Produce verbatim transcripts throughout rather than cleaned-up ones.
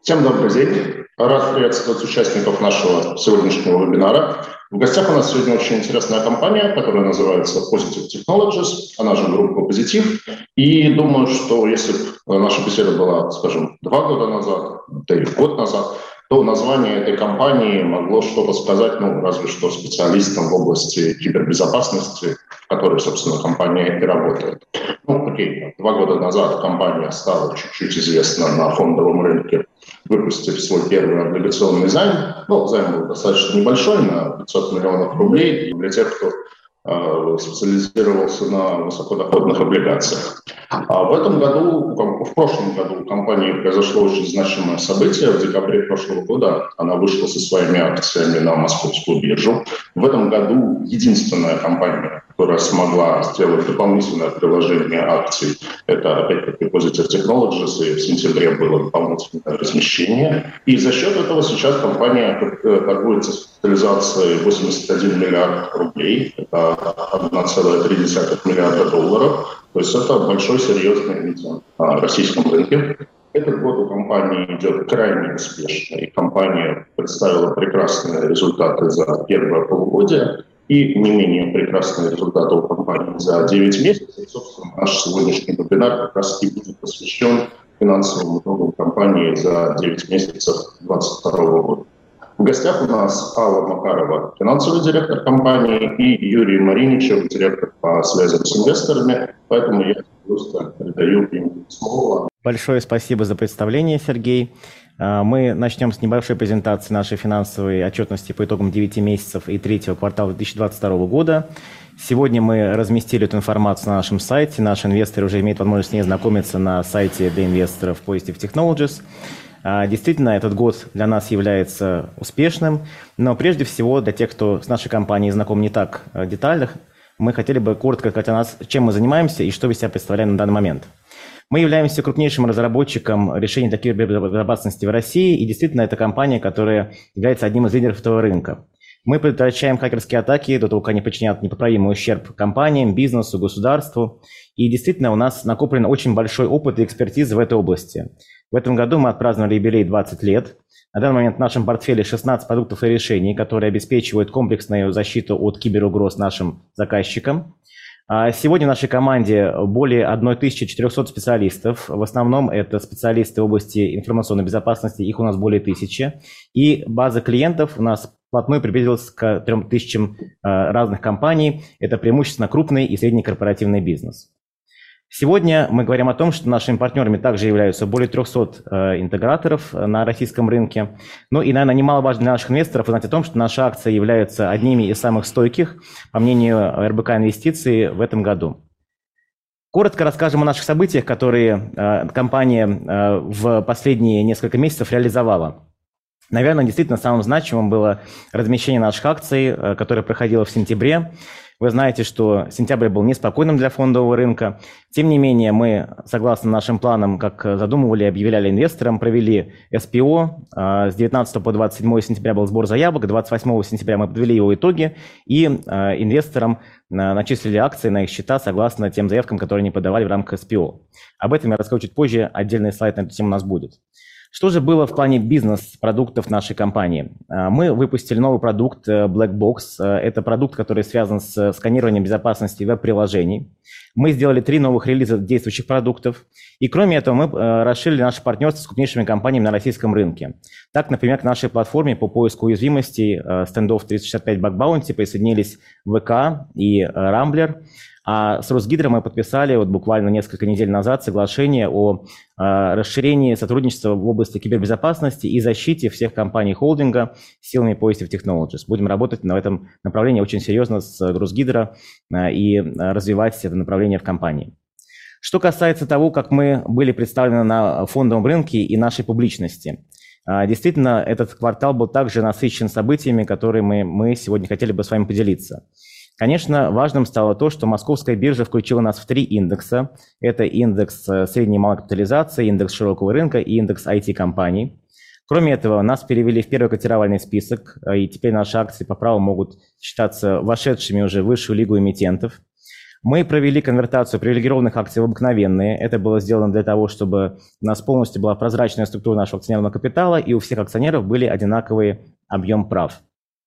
Всем добрый день. Рад приветствовать участников нашего сегодняшнего вебинара. В гостях у нас сегодня очень интересная компания, которая называется Positive Technologies, она же группа «Позитив». И думаю, что если бы наша беседа была, скажем, два года назад, да и год назад, то название этой компании могло что-то сказать, ну, разве что специалистам в области кибербезопасности, в которой, собственно, компания и работает. Ну, окей, два года назад компания стала чуть-чуть известна на фондовом рынке, выпустив свой первый облигационный займ. Ну, займ был достаточно небольшой, на пятьсот миллионов рублей, для тех, кто э, специализировался на высокодоходных облигациях. А в этом году, в прошлом году у компании произошло очень значимое событие. В декабре прошлого года она вышла со своими акциями на московскую биржу. В этом году единственная компания, которая смогла сделать дополнительное приложение акций, это опять-таки Positive Technologies, и в сентябре было дополнительное размещение. И за счет этого сейчас компания торгуется с капитализацией восемьдесят один миллиард рублей, это одна целая три десятых миллиарда долларов. То есть это большой серьезный эмитент на российском рынке. Этот год у компании идет крайне успешно, и компания представила прекрасные результаты за первое полугодие и не менее прекрасные результаты у компании за девять месяцев. И, собственно, наш сегодняшний вебинар как раз и будет посвящен финансовому итогу компании за девять месяцев две тысячи двадцать второго года. В гостях у нас Алла Макарова, финансовый директор компании, и Юрий Мариничев, директор по связям с инвесторами. Поэтому я просто передаю им слово. Большое спасибо за представление, Сергей. Мы начнем с небольшой презентации нашей финансовой отчетности по итогам девяти месяцев и третьего квартала две тысячи двадцать второго года. Сегодня мы разместили эту информацию на нашем сайте. Наши инвесторы уже имеют возможность с ней знакомиться на сайте для инвесторов Positive Technologies. Действительно, этот год для нас является успешным, но прежде всего для тех, кто с нашей компанией знаком не так детально, мы хотели бы коротко сказать о нас, чем мы занимаемся и что из себя представляем на данный момент. Мы являемся крупнейшим разработчиком решений для кибербезопасности в России, и действительно это компания, которая является одним из лидеров этого рынка. Мы предотвращаем хакерские атаки до того, как они причинят непоправимый ущерб компаниям, бизнесу, государству. И действительно у нас накоплен очень большой опыт и экспертиза в этой области. В этом году мы отпраздновали юбилей двадцать лет. На данный момент в нашем портфеле шестнадцать продуктов и решений, которые обеспечивают комплексную защиту от киберугроз нашим заказчикам. Сегодня в нашей команде более тысячи четырехсот специалистов. В основном это специалисты в области информационной безопасности, их у нас более тысячи. И база клиентов у нас вплотную приблизилась к трем тысячам разных компаний. Это преимущественно крупный и средний корпоративный бизнес. Сегодня мы говорим о том, что нашими партнерами также являются более трехсот э, интеграторов на российском рынке. Ну и, наверное, немаловажно для наших инвесторов узнать о том, что наши акции являются одними из самых стойких, по мнению эр бэ ка Инвестиции, в этом году. Коротко расскажем о наших событиях, которые э, компания э, в последние несколько месяцев реализовала. Наверное, действительно самым значимым было размещение наших акций, э, которое проходило в сентябре. Вы знаете, что сентябрь был неспокойным для фондового рынка. Тем не менее, мы, согласно нашим планам, как задумывали и объявляли инвесторам, провели эс пи о. С девятнадцатого по двадцать седьмое сентября был сбор заявок, двадцать восьмого сентября мы подвели его итоги и инвесторам начислили акции на их счета согласно тем заявкам, которые они подавали в рамках эс пи о. Об этом я расскажу чуть позже, отдельный слайд на эту тему у нас будет. Что же было в плане бизнес-продуктов нашей компании? Мы выпустили новый продукт Black Box. Это продукт, который связан с сканированием безопасности веб-приложений. Мы сделали три новых релиза действующих продуктов. И кроме этого мы расширили наше партнерство с крупнейшими компаниями на российском рынке. Так, например, к нашей платформе по поиску уязвимостей Standoff триста шестьдесят пять Bug Bounty присоединились вэ ка и Rambler. А с Росгидро мы подписали вот буквально несколько недель назад соглашение о э, расширении сотрудничества в области кибербезопасности и защите всех компаний холдинга силами Positive Technologies. Будем работать на этом направлении очень серьезно с Росгидро э, и развивать это направление в компании. Что касается того, как мы были представлены на фондовом рынке и нашей публичности. Э, действительно, этот квартал был также насыщен событиями, которые мы, мы сегодня хотели бы с вами поделиться. Конечно, важным стало то, что московская биржа включила нас в три индекса. Это индекс средней и малой капитализации, индекс широкого рынка и индекс ай ти-компаний. Кроме этого, нас перевели в первый котировальный список, и теперь наши акции по праву могут считаться вошедшими уже в высшую лигу эмитентов. Мы провели конвертацию привилегированных акций в обыкновенные. Это было сделано для того, чтобы у нас полностью была прозрачная структура нашего акционерного капитала, и у всех акционеров были одинаковый объем прав.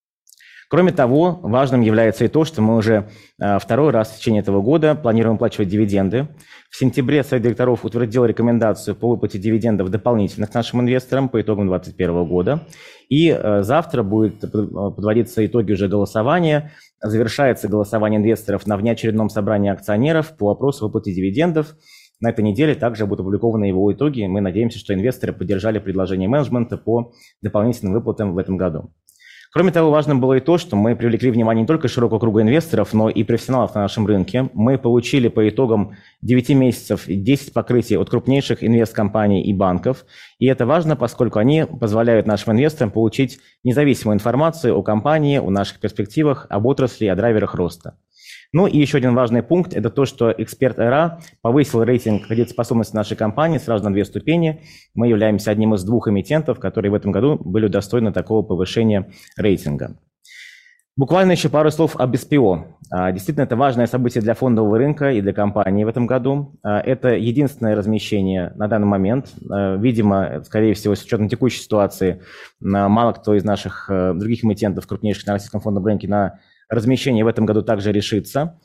Кроме того, важным является и то, что мы уже второй раз в течение этого года планируем выплачивать дивиденды. В сентябре Совет директоров утвердил рекомендацию по выплате дивидендов дополнительных нашим инвесторам по итогам две тысячи двадцать первого года. И завтра будут подводиться итоги уже голосования. Завершается голосование инвесторов на внеочередном собрании акционеров по вопросу выплаты дивидендов. На этой неделе также будут опубликованы его итоги. Мы надеемся, что инвесторы поддержали предложение менеджмента по дополнительным выплатам в этом году. Кроме того, важным было и то, что мы привлекли внимание не только широкого круга инвесторов, но и профессионалов на нашем рынке. Мы получили по итогам девяти месяцев десять покрытий от крупнейших инвесткомпаний и банков. И это важно, поскольку они позволяют нашим инвесторам получить независимую информацию о компании, о наших перспективах, об отрасли, о драйверах роста. Ну и еще один важный пункт – это то, что эксперт эр а повысил рейтинг кредитоспособности нашей компании сразу на две ступени. Мы являемся одним из двух эмитентов, которые в этом году были удостоены такого повышения рейтинга. Буквально еще пару слов об эс пи о. Действительно, это важное событие для фондового рынка и для компании в этом году. Это единственное размещение на данный момент. Видимо, скорее всего, с учетом текущей ситуации, мало кто из наших других эмитентов, крупнейших на российском фондовом рынке, на размещение в этом году также решится.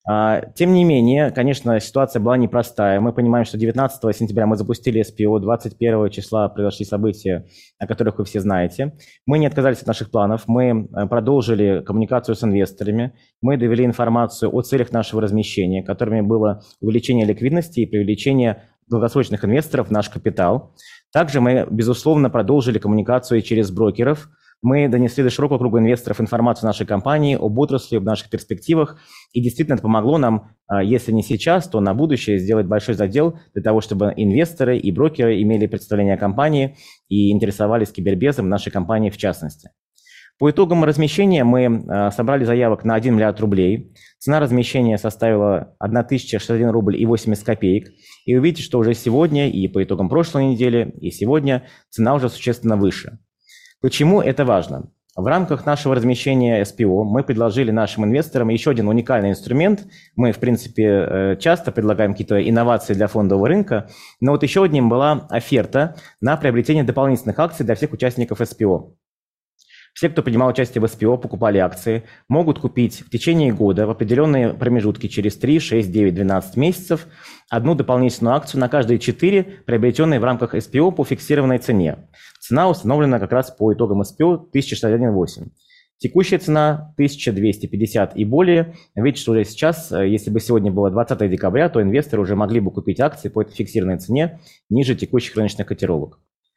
Тем не менее, конечно, ситуация была непростая. Мы понимаем, что девятнадцатого сентября мы запустили эс пи о, двадцать первого числа произошли события, о которых вы все знаете. Мы не отказались от наших планов, мы продолжили коммуникацию с инвесторами, мы довели информацию о целях нашего размещения, которыми было увеличение ликвидности и привлечение долгосрочных инвесторов в наш капитал. Также мы, безусловно, продолжили коммуникацию через брокеров. Мы донесли до широкого круга инвесторов информацию о нашей компании, об отрасли, об наших перспективах. И действительно это помогло нам, если не сейчас, то на будущее сделать большой задел для того, чтобы инвесторы и брокеры имели представление о компании и интересовались кибербезом нашей компании в частности. По итогам размещения мы собрали заявок на один миллиард рублей. Цена размещения составила тысяча шестьдесят один рубль и восемьдесят копеек. И вы видите, что уже сегодня и по итогам прошлой недели, и сегодня цена уже существенно выше. Почему это важно? В рамках нашего размещения эс пи о мы предложили нашим инвесторам еще один уникальный инструмент. Мы, в принципе, часто предлагаем какие-то инновации для фондового рынка, но вот еще одним была оферта на приобретение дополнительных акций для всех участников эс пи о. Все, кто принимал участие в эс пи о, покупали акции, могут купить в течение года в определенные промежутки через три, шесть, девять, двенадцать месяцев одну дополнительную акцию на каждые четыре, приобретенные в рамках эс пи о по фиксированной цене. Цена установлена как раз по итогам эс пи о тысяча шестьдесят один восемь. Текущая цена тысяча двести пятьдесят и более. Видите, что уже сейчас, если бы сегодня было двадцатое декабря, то инвесторы уже могли бы купить акции по этой фиксированной цене ниже текущих рыночных котировок.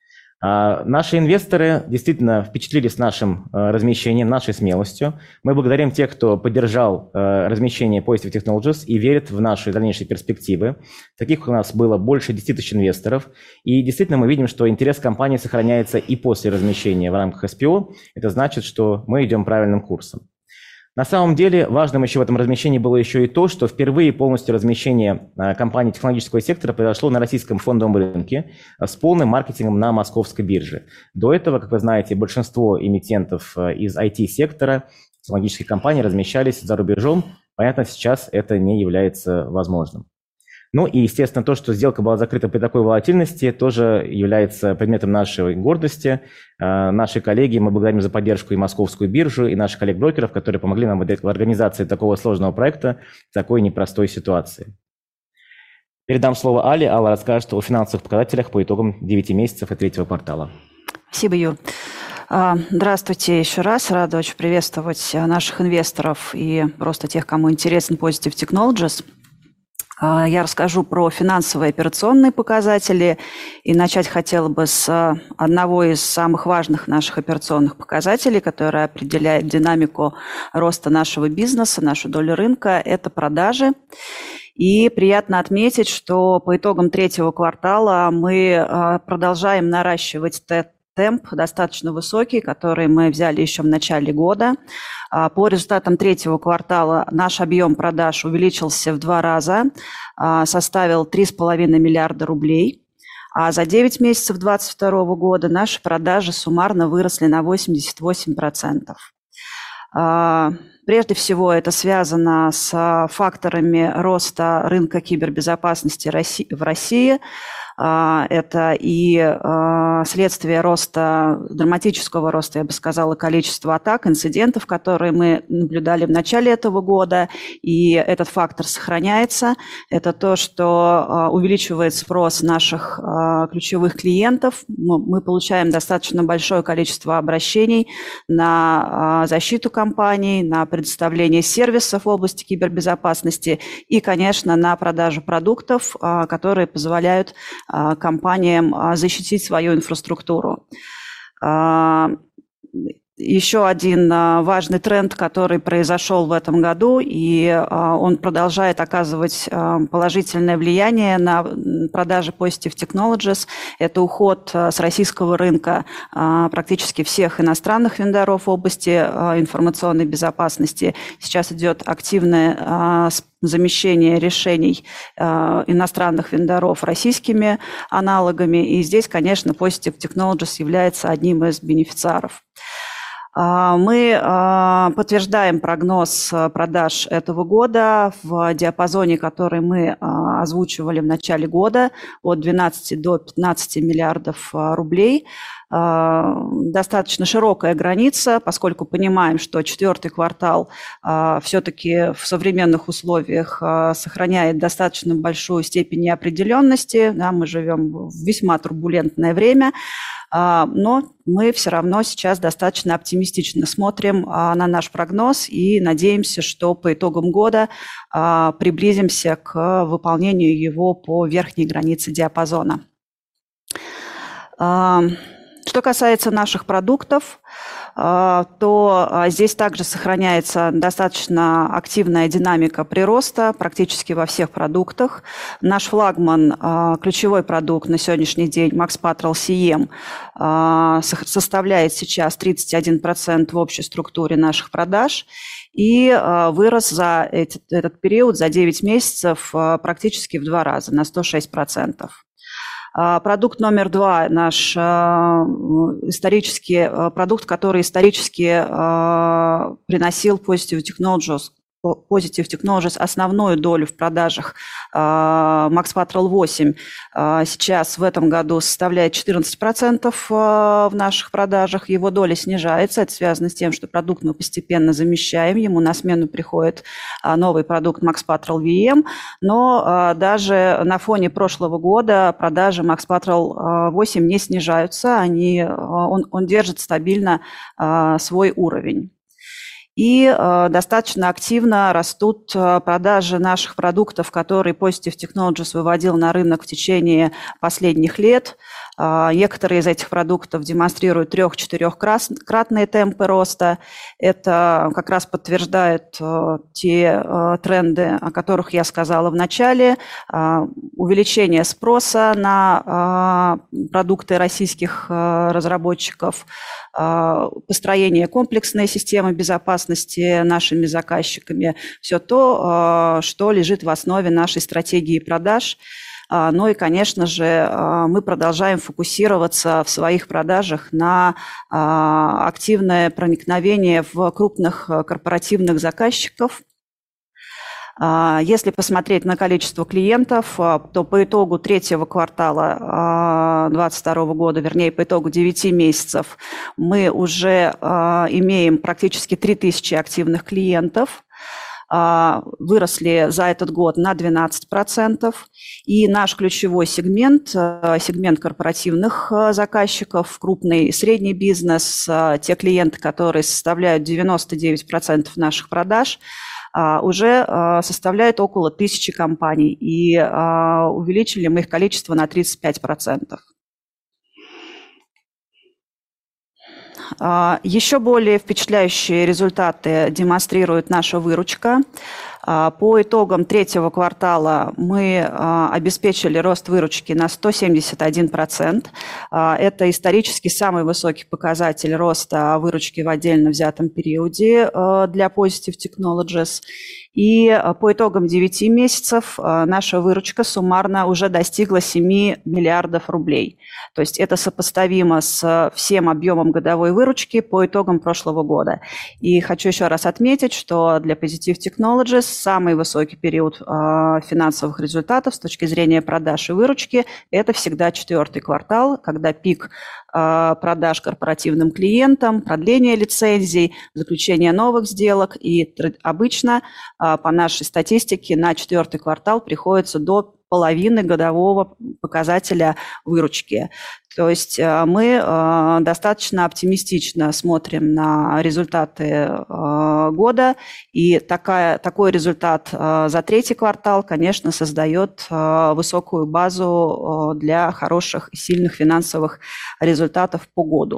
Наши инвесторы действительно впечатлились нашим размещением, нашей смелостью. Мы благодарим тех, кто поддержал размещение Positive Technologies и верит в наши дальнейшие перспективы. Таких у нас было больше десяти тысяч инвесторов. И действительно мы видим, что интерес компании сохраняется и после размещения в рамках эс пи о. Это значит, что мы идем правильным курсом. На самом деле важным еще в этом размещении было еще и то, что впервые полностью размещение компаний технологического сектора произошло на российском фондовом рынке с полным маркетингом на московской бирже. До этого, как вы знаете, большинство эмитентов из ай ти-сектора, технологических компаний размещались за рубежом. Понятно, сейчас это не является возможным. Ну и, естественно, то, что сделка была закрыта при такой волатильности, тоже является предметом нашей гордости. Наши коллеги, мы благодарим за поддержку и московскую биржу, и наших коллег-брокеров, которые помогли нам в организации такого сложного проекта в такой непростой ситуации. Передам слово Але. Алла расскажет о финансовых показателях по итогам девяти месяцев и третьего квартала. Спасибо, Ю. Здравствуйте еще раз. Рада очень приветствовать наших инвесторов и просто тех, кому интересен Positive Technologies. Я расскажу про финансовые операционные показатели, и начать хотела бы с одного из самых важных наших операционных показателей, который определяет динамику роста нашего бизнеса, нашу долю рынка – это продажи. И приятно отметить, что по итогам третьего квартала мы продолжаем наращивать темп достаточно высокий, который мы взяли еще в начале года. По результатам третьего квартала наш объем продаж увеличился в два раза, составил три с половиной миллиарда рублей. А за девять месяцев две тысячи двадцать второго года наши продажи суммарно выросли на восемьдесят восемь процентов. Прежде всего, это связано с факторами роста рынка кибербезопасности в России. Это и следствие роста, драматического роста, я бы сказала, количества атак, инцидентов, которые мы наблюдали в начале этого года, и этот фактор сохраняется. Это то, что увеличивает спрос наших ключевых клиентов. Мы получаем достаточно большое количество обращений на защиту компаний, на предоставление сервисов в области кибербезопасности и, конечно, на продажу продуктов, которые позволяют компаниям защитить свою инфраструктуру. Еще один важный тренд, который произошел в этом году, и он продолжает оказывать положительное влияние на продажи Positive Technologies, это уход с российского рынка практически всех иностранных вендоров в области информационной безопасности. Сейчас идет активное замещение решений иностранных вендоров российскими аналогами, и здесь, конечно, Positive Technologies является одним из бенефициаров. Мы подтверждаем прогноз продаж этого года в диапазоне, который мы озвучивали в начале года, от двенадцати до пятнадцати миллиардов рублей. Достаточно широкая граница, поскольку понимаем, что четвертый квартал все-таки в современных условиях сохраняет достаточно большую степень неопределенности. Да, мы живем в весьма турбулентное время. Но мы все равно сейчас достаточно оптимистично смотрим на наш прогноз и надеемся, что по итогам года приблизимся к выполнению его по верхней границе диапазона. Что касается наших продуктов, то здесь также сохраняется достаточно активная динамика прироста практически во всех продуктах. Наш флагман, ключевой продукт на сегодняшний день, Max Patrol си эм, составляет сейчас тридцать один процент в общей структуре наших продаж и вырос за этот, этот период, за девять месяцев, практически в два раза, на сто шесть процентов. Продукт номер два, наш исторический продукт, который исторически приносил Positive Technologies, Positive Technologies основную долю в продажах, Max Patrol восемь, сейчас в этом году составляет четырнадцать процентов в наших продажах. Его доля снижается. Это связано с тем, что продукт мы постепенно замещаем. Ему на смену приходит новый продукт Max Patrol ви эм. Но даже на фоне прошлого года продажи Max Patrol восемь не снижаются. Они, он, он держит стабильно свой уровень. И э, достаточно активно растут э, продажи наших продуктов, которые Positive Technologies выводил на рынок в течение последних лет. Э, некоторые из этих продуктов демонстрируют трех-четырехкратные темпы роста. Это как раз подтверждает э, те э, тренды, о которых я сказала в начале. Э, увеличение спроса на э, продукты российских э, разработчиков, построение комплексной системы безопасности нашими заказчиками, все то, что лежит в основе нашей стратегии продаж. Ну и, конечно же, мы продолжаем фокусироваться в своих продажах на активное проникновение в крупных корпоративных заказчиков. Если посмотреть на количество клиентов, то по итогу третьего квартала две тысячи двадцать второго года, вернее, по итогу девяти месяцев, мы уже имеем практически три тысячи активных клиентов, выросли за этот год на двенадцать процентов. И наш ключевой сегмент, сегмент корпоративных заказчиков, крупный и средний бизнес, те клиенты, которые составляют девяносто девять процентов наших продаж, уже составляет около тысячи компаний, и увеличили мы их количество на тридцать пять процентов. Еще более впечатляющие результаты демонстрирует наша выручка. По итогам третьего квартала мы обеспечили рост выручки на сто семьдесят один процент. Это исторически самый высокий показатель роста выручки в отдельно взятом периоде для Positive Technologies. И по итогам девяти месяцев наша выручка суммарно уже достигла семи миллиардов рублей. То есть это сопоставимо с всем объемом годовой выручки по итогам прошлого года. И хочу еще раз отметить, что для Positive Technologies самый высокий период финансовых результатов с точки зрения продаж и выручки – это всегда четвертый квартал, когда пик продаж корпоративным клиентам, продление лицензий, заключение новых сделок. И обычно по нашей статистике на четвертый квартал приходится до половины годового показателя выручки. То есть мы достаточно оптимистично смотрим на результаты года, и такая, такой результат за третий квартал, конечно, создает высокую базу для хороших и сильных финансовых результатов по году.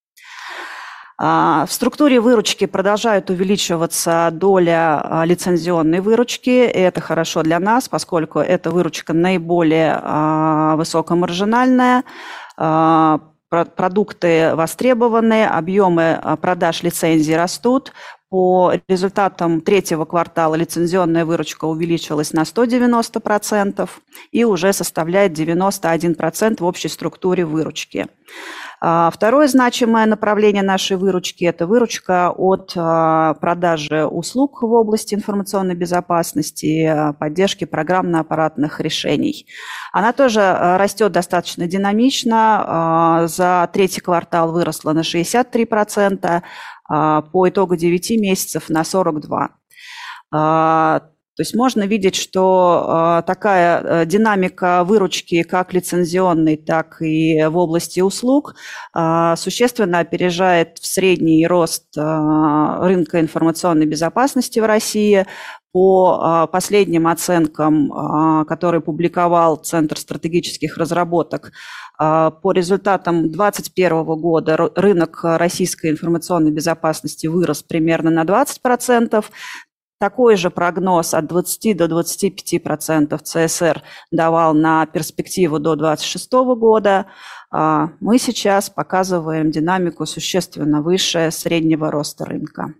В структуре выручки продолжает увеличиваться доля лицензионной выручки. И это хорошо для нас, поскольку эта выручка наиболее высокомаржинальная. Продукты востребованы, объемы продаж лицензий растут. По результатам третьего квартала лицензионная выручка увеличилась на сто девяносто процентов и уже составляет девяносто один процент в общей структуре выручки. Второе значимое направление нашей выручки – это выручка от продажи услуг в области информационной безопасности, поддержки программно-аппаратных решений. Она тоже растет достаточно динамично. За третий квартал выросла на шестьдесят три процента, по итогу девяти месяцев на сорок два процента. То есть можно видеть, что такая динамика выручки как лицензионной, так и в области услуг существенно опережает в средний рост рынка информационной безопасности в России. По последним оценкам, которые публиковал Центр стратегических разработок, по результатам две тысячи двадцать первого года рынок российской информационной безопасности вырос примерно на двадцать процентов. Такой же прогноз от двадцати до двадцати пяти процентов ЦСР давал на перспективу до две тысячи двадцать шестого года. Мы сейчас показываем динамику существенно выше среднего роста рынка.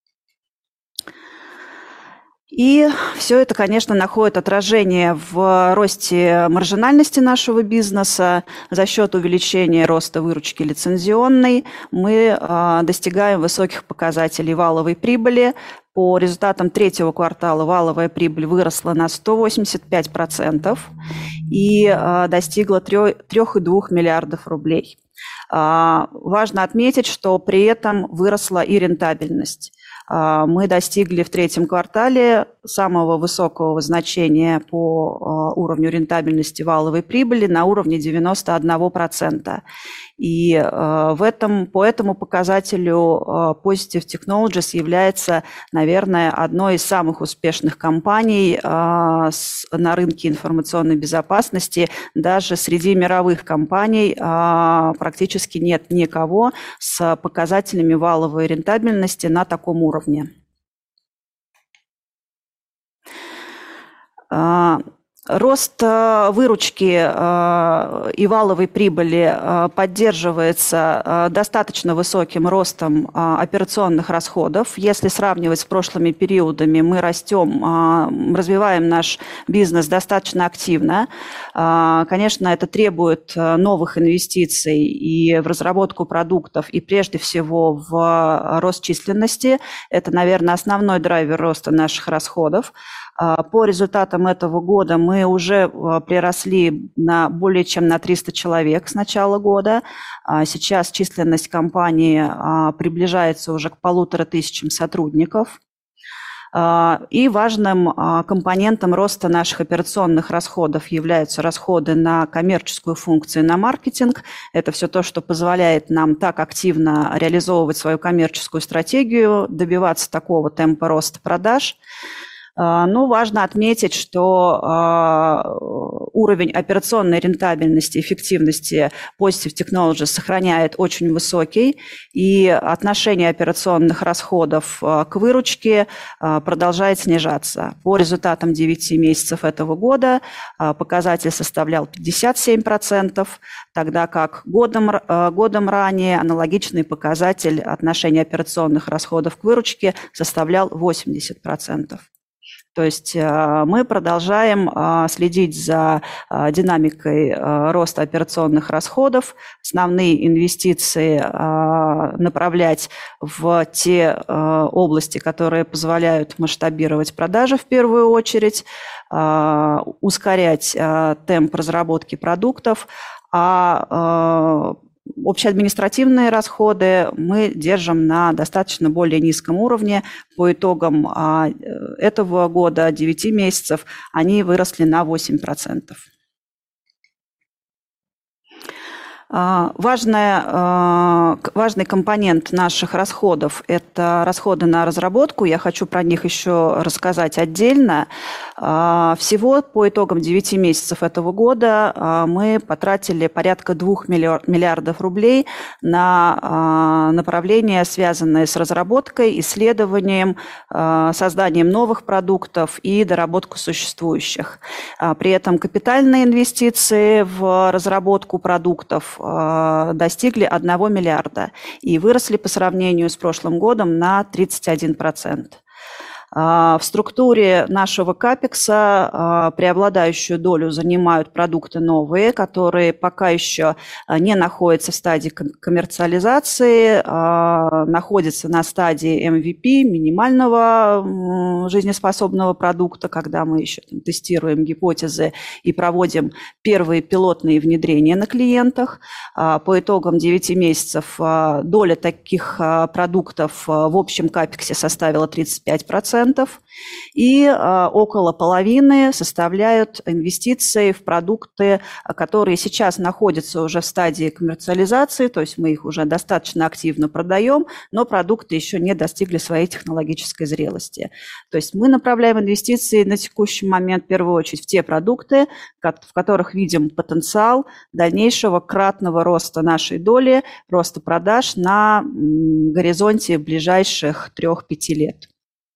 И все это, конечно, находит отражение в росте маржинальности нашего бизнеса. За счет увеличения роста выручки лицензионной мы достигаем высоких показателей валовой прибыли. По результатам третьего квартала валовая прибыль выросла на сто восемьдесят пять процентов и достигла трёх целых двух миллиардов рублей. Важно отметить, что при этом выросла и рентабельность. Мы достигли в третьем квартале самого высокого значения по уровню рентабельности валовой прибыли на уровне девяноста одного процента. И в этом, по этому показателю Positive Technologies является, наверное, одной из самых успешных компаний на рынке информационной безопасности. Даже среди мировых компаний практически нет никого с показателями валовой рентабельности на таком уровне. Рост выручки и валовой прибыли поддерживается достаточно высоким ростом операционных расходов. Если сравнивать с прошлыми периодами, мы растем, развиваем наш бизнес достаточно активно. Конечно, это требует новых инвестиций и в разработку продуктов, и прежде всего в рост численности. Это, наверное, основной драйвер роста наших расходов. По результатам этого года мы уже приросли на более чем на триста человек с начала года. Сейчас численность компании приближается уже к полутора тысячам сотрудников. И важным компонентом роста наших операционных расходов являются расходы на коммерческую функцию, на маркетинг. Это все то, что позволяет нам так активно реализовывать свою коммерческую стратегию, добиваться такого темпа роста продаж. Но важно отметить, что уровень операционной рентабельности, эффективности Positive Technologies сохраняет очень высокий, и отношение операционных расходов к выручке продолжает снижаться. По результатам девяти месяцев этого года показатель составлял пятьдесят семь процентов, тогда как годом, годом ранее аналогичный показатель отношения операционных расходов к выручке составлял восемьдесят процентов. То есть мы продолжаем следить за динамикой роста операционных расходов, основные инвестиции направлять в те области, которые позволяют масштабировать продажи в первую очередь, ускорять темп разработки продуктов, а общеадминистративные расходы мы держим на достаточно более низком уровне. По итогам этого года, девяти месяцев, они выросли на восемь процентов. Важная, важный компонент наших расходов – это расходы на разработку. Я хочу про них еще рассказать отдельно. Всего по итогам девяти месяцев этого года мы потратили порядка двух миллиардов рублей на направления, связанные с разработкой, исследованием, созданием новых продуктов и доработку существующих. При этом капитальные инвестиции в разработку продуктов достигли одного миллиарда и выросли по сравнению с прошлым годом на тридцать один процент. В структуре нашего капекса преобладающую долю занимают продукты новые, которые пока еще не находятся в стадии коммерциализации, находятся на стадии эм ви пи, минимального жизнеспособного продукта, когда мы еще там тестируем гипотезы и проводим первые пилотные внедрения на клиентах. По итогам девяти месяцев доля таких продуктов в общем капексе составила тридцать пять процентов. И э, около половины составляют инвестиции в продукты, которые сейчас находятся уже в стадии коммерциализации, то есть мы их уже достаточно активно продаем, но продукты еще не достигли своей технологической зрелости. То есть мы направляем инвестиции на текущий момент в первую очередь в те продукты, в которых видим потенциал дальнейшего кратного роста нашей доли, роста продаж на м, горизонте ближайших трёх-пяти лет.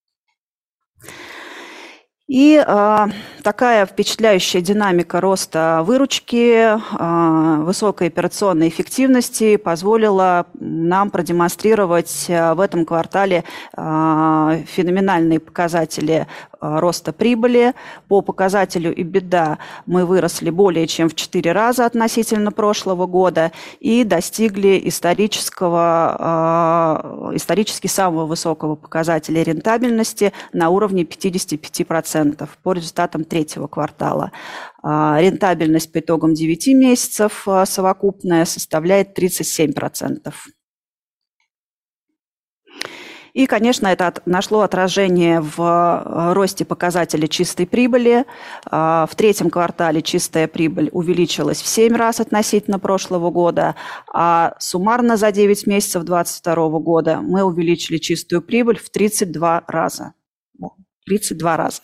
И э, такая впечатляющая динамика роста выручки, э, высокой операционной эффективности позволила нам продемонстрировать в этом квартале э, феноменальные показатели э, роста прибыли. По показателю EBITDA мы выросли более чем в четыре раза относительно прошлого года и достигли исторического, э, исторически самого высокого показателя рентабельности на уровне пятьдесят пять процентов. По результатам третьего квартала. Рентабельность по итогам девяти месяцев совокупная составляет тридцать семь процентов. И, конечно, это нашло отражение в росте показателя чистой прибыли. В третьем квартале чистая прибыль увеличилась в семь раз относительно прошлого года, а суммарно за девять месяцев две тысячи двадцать второго года мы увеличили чистую прибыль в тридцать два раза. тридцать два раза.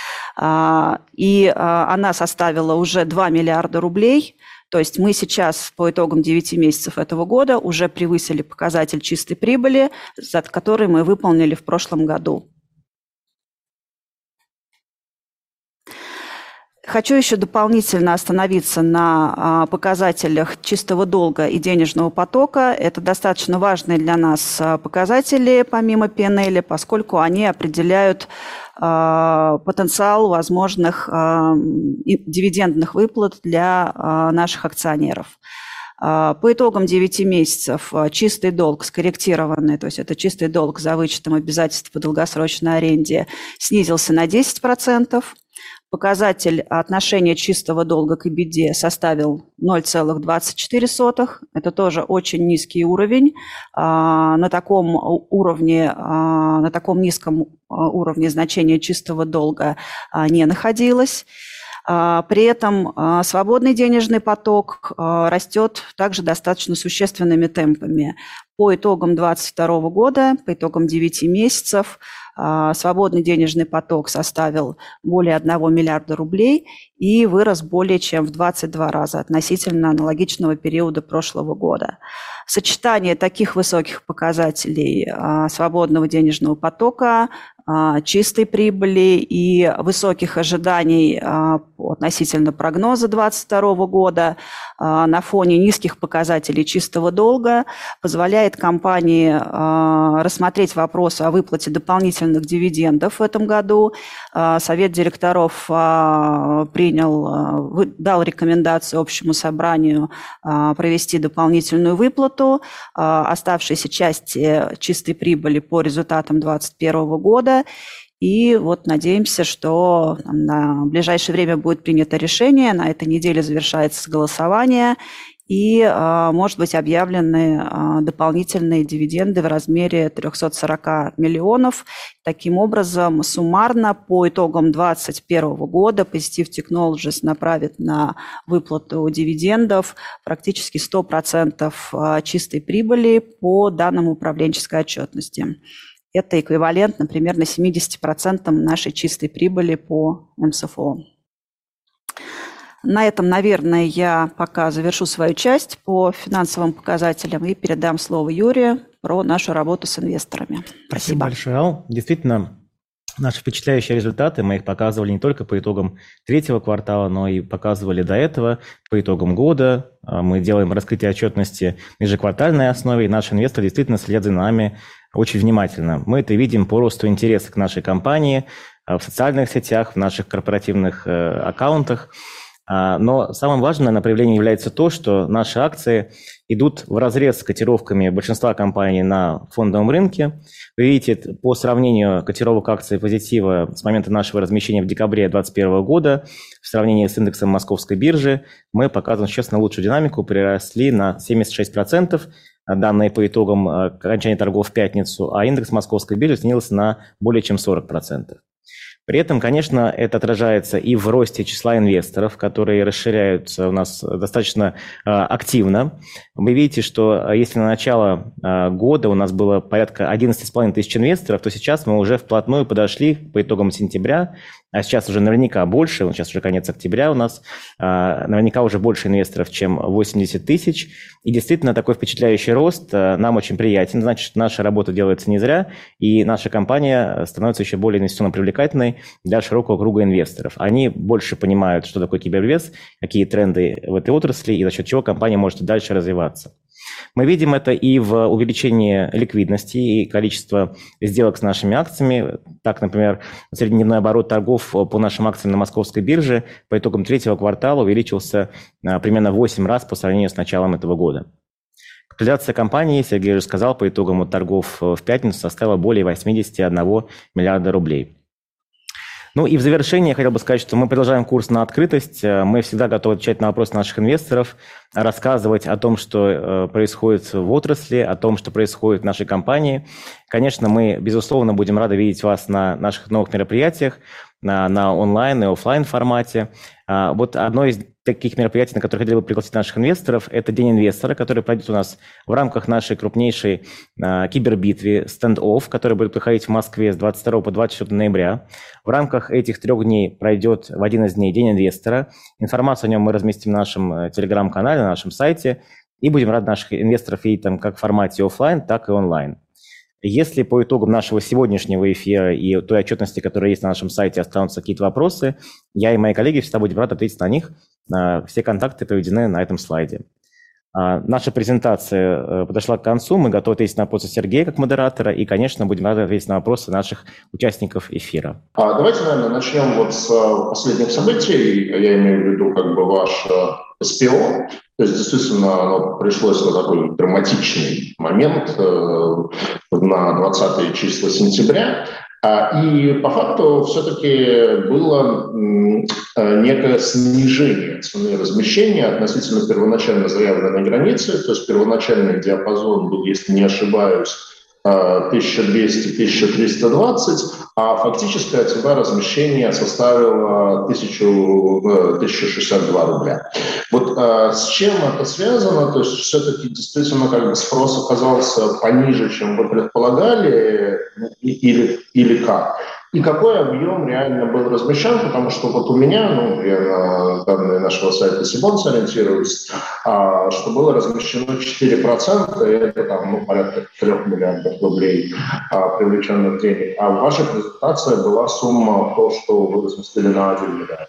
И она составила уже два миллиарда рублей. То есть мы сейчас по итогам девяти месяцев этого года уже превысили показатель чистой прибыли, который мы выполнили в прошлом году. Хочу еще дополнительно остановиться на показателях чистого долга и денежного потока. Это достаточно важные для нас показатели, помимо пи эн эл, поскольку они определяют потенциал возможных дивидендных выплат для наших акционеров. По итогам девяти месяцев чистый долг скорректированный, то есть это чистый долг за вычетом обязательств по долгосрочной аренде, снизился на десять процентов. Показатель отношения чистого долга к EBITDA составил ноль целых двадцать четыре сотых. Это тоже очень низкий уровень. На таком уровне, на таком низком уровне значение чистого долга не находилось. При этом свободный денежный поток растет также достаточно существенными темпами. По итогам две тысячи двадцать второго года, по итогам девяти месяцев, Свободный денежный поток составил более одного миллиарда рублей и вырос более чем в двадцать два раза относительно аналогичного периода прошлого года. Сочетание таких высоких показателей свободного денежного потока, чистой прибыли и высоких ожиданий относительно прогноза две тысячи двадцать второго года на фоне низких показателей чистого долга позволяет компании рассмотреть вопрос о выплате дополнительных дивидендов в этом году. Совет директоров принял, дал рекомендацию общему собранию провести дополнительную выплату оставшейся части чистой прибыли по результатам две тысячи двадцать первого года. И вот надеемся, что на ближайшее время будет принято решение, на этой неделе завершается голосование, и а, может быть объявлены а, дополнительные дивиденды в размере триста сорок миллионов. Таким образом, суммарно по итогам две тысячи двадцать первого года Positive Technologies направит на выплату дивидендов практически сто процентов чистой прибыли по данным управленческой отчетности. Это эквивалентно примерно семидесяти процентам нашей чистой прибыли по эм эс эф о. На этом, наверное, я пока завершу свою часть по финансовым показателям и передам слово Юрию про нашу работу с инвесторами. Спасибо, Спасибо большое, Ал. Действительно, наши впечатляющие результаты, мы их показывали не только по итогам третьего квартала, но и показывали до этого, по итогам года. Мы делаем раскрытие отчетности на ежеквартальной основе, и наши инвесторы действительно следят за нами очень внимательно. Мы это видим по росту интереса к нашей компании в социальных сетях, в наших корпоративных аккаунтах. Но самым важным направлением является то, что наши акции идут вразрез с котировками большинства компаний на фондовом рынке. Вы видите, по сравнению котировок акций Позитива с момента нашего размещения в декабре две тысячи двадцать первого года, в сравнении с индексом Московской биржи, мы показываем честно лучшую динамику, приросли на семьдесят шесть процентов, данные по итогам окончания торгов в пятницу, а индекс Московской биржи снизился на более чем сорок процентов. При этом, конечно, это отражается и в росте числа инвесторов, которые расширяются у нас достаточно э, активно. Вы видите, что если на начало э, года у нас было порядка одиннадцати с половиной тысяч инвесторов, то сейчас мы уже вплотную подошли по итогам сентября, а сейчас уже наверняка больше, сейчас уже конец октября у нас, э, наверняка уже больше инвесторов, чем восемьдесят тысяч. И действительно такой впечатляющий рост э, нам очень приятен. Значит, наша работа делается не зря, и наша компания становится еще более инвестиционно привлекательной для широкого круга инвесторов. Они больше понимают, что такое кибервес, какие тренды в этой отрасли и за счет чего компания может дальше развиваться. Мы видим это и в увеличении ликвидности и количества сделок с нашими акциями. Так, например, среднедневной оборот торгов по нашим акциям на Московской бирже по итогам третьего квартала увеличился примерно в восемь раз по сравнению с началом этого года. Капитализация компании, Сергей уже сказал, по итогам торгов в пятницу составила более восьмидесяти одного миллиарда рублей. Ну и в завершение я хотел бы сказать, что мы продолжаем курс на открытость. Мы всегда готовы отвечать на вопросы наших инвесторов, рассказывать о том, что происходит в отрасли, о том, что происходит в нашей компании. Конечно, мы, безусловно, будем рады видеть вас на наших новых мероприятиях, на, на онлайн и офлайн формате. Вот одно из таких мероприятий, на которые хотели бы пригласить наших инвесторов, это День инвестора, который пройдет у нас в рамках нашей крупнейшей э, кибербитвы «Stand-Off», которая будет проходить в Москве с двадцать второго по двадцать четвёртого ноября. В рамках этих трех дней пройдет в один из дней День инвестора. Информацию о нем мы разместим на нашем телеграм-канале, на нашем сайте, и будем рады наших инвесторов видеть там как в формате офлайн, так и онлайн. Если по итогам нашего сегодняшнего эфира и той отчетности, которая есть на нашем сайте, останутся какие-то вопросы, я и мои коллеги всегда будем рады ответить на них. Все контакты приведены на этом слайде. Наша презентация подошла к концу. Мы готовы ответить на вопросы Сергея как модератора и, конечно, будем рады ответить на вопросы наших участников эфира. А давайте, наверное, начнем вот с последних событий. Я имею в виду как бы ваш эс пи о. То есть, действительно, оно пришлось на такой драматичный момент э, на двадцатые числа сентября. И по факту все-таки было некое снижение цены размещения относительно первоначально заявленной границы. То есть первоначальный диапазон был, если не ошибаюсь, тысяча двести - тысяча триста двадцать, а фактическая цена размещения составила тысячу шестьдесят два рубля. Вот с чем это связано? То есть все-таки действительно как бы спрос оказался пониже, чем вы предполагали, или, или как? И какой объем реально был размещен, потому что вот у меня, ну, я на данные нашего сайта Сибонс ориентируюсь, а, что было размещено четыре процента, и это там, ну, порядка трёх миллиардов рублей а, привлеченных денег. А в вашей презентации была сумма то, что вы разместили на один миллиард.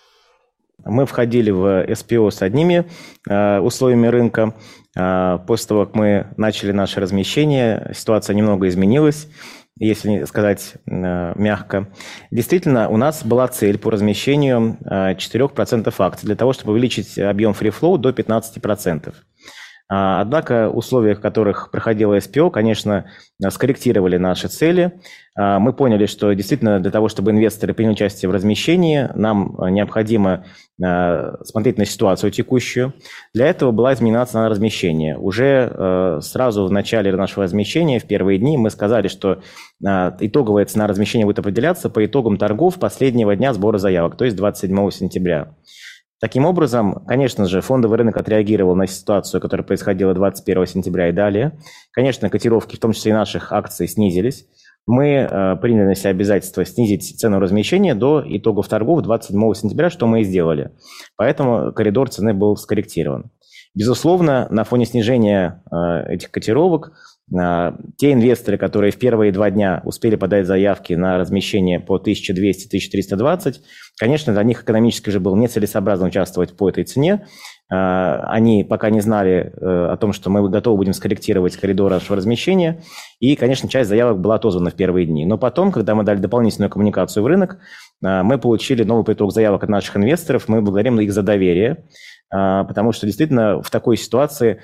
Мы входили в эс пи о с одними э, условиями рынка. Э, после того, как мы начали наше размещение, ситуация немного изменилась, если сказать э, мягко. Действительно, у нас была цель по размещению э, четыре процента акций для того, чтобы увеличить объем free float до пятнадцати процентов. Однако условия, в которых проходило эс пи о, конечно, скорректировали наши цели. Мы поняли, что действительно для того, чтобы инвесторы приняли участие в размещении, нам необходимо смотреть на ситуацию текущую. Для этого была изменена цена размещения. Уже сразу в начале нашего размещения, в первые дни, мы сказали, что итоговая цена размещения будет определяться по итогам торгов последнего дня сбора заявок, то есть двадцать седьмого сентября. Таким образом, конечно же, фондовый рынок отреагировал на ситуацию, которая происходила двадцать первого сентября и далее. Конечно, котировки, в том числе и наших акций, снизились. Мы э, приняли на себя обязательство снизить цену размещения до итогов торгов двадцать седьмого сентября, что мы и сделали. Поэтому коридор цены был скорректирован. Безусловно, на фоне снижения э, этих котировок, э, те инвесторы, которые в первые два дня успели подать заявки на размещение по тысяча двести - тысяча триста двадцать, конечно, для них экономически же было нецелесообразно участвовать по этой цене. Они пока не знали о том, что мы готовы будем скорректировать коридор нашего размещения. И, конечно, часть заявок была отозвана в первые дни. Но потом, когда мы дали дополнительную коммуникацию в рынок, мы получили новый приток заявок от наших инвесторов. Мы благодарим их за доверие. Потому что действительно в такой ситуации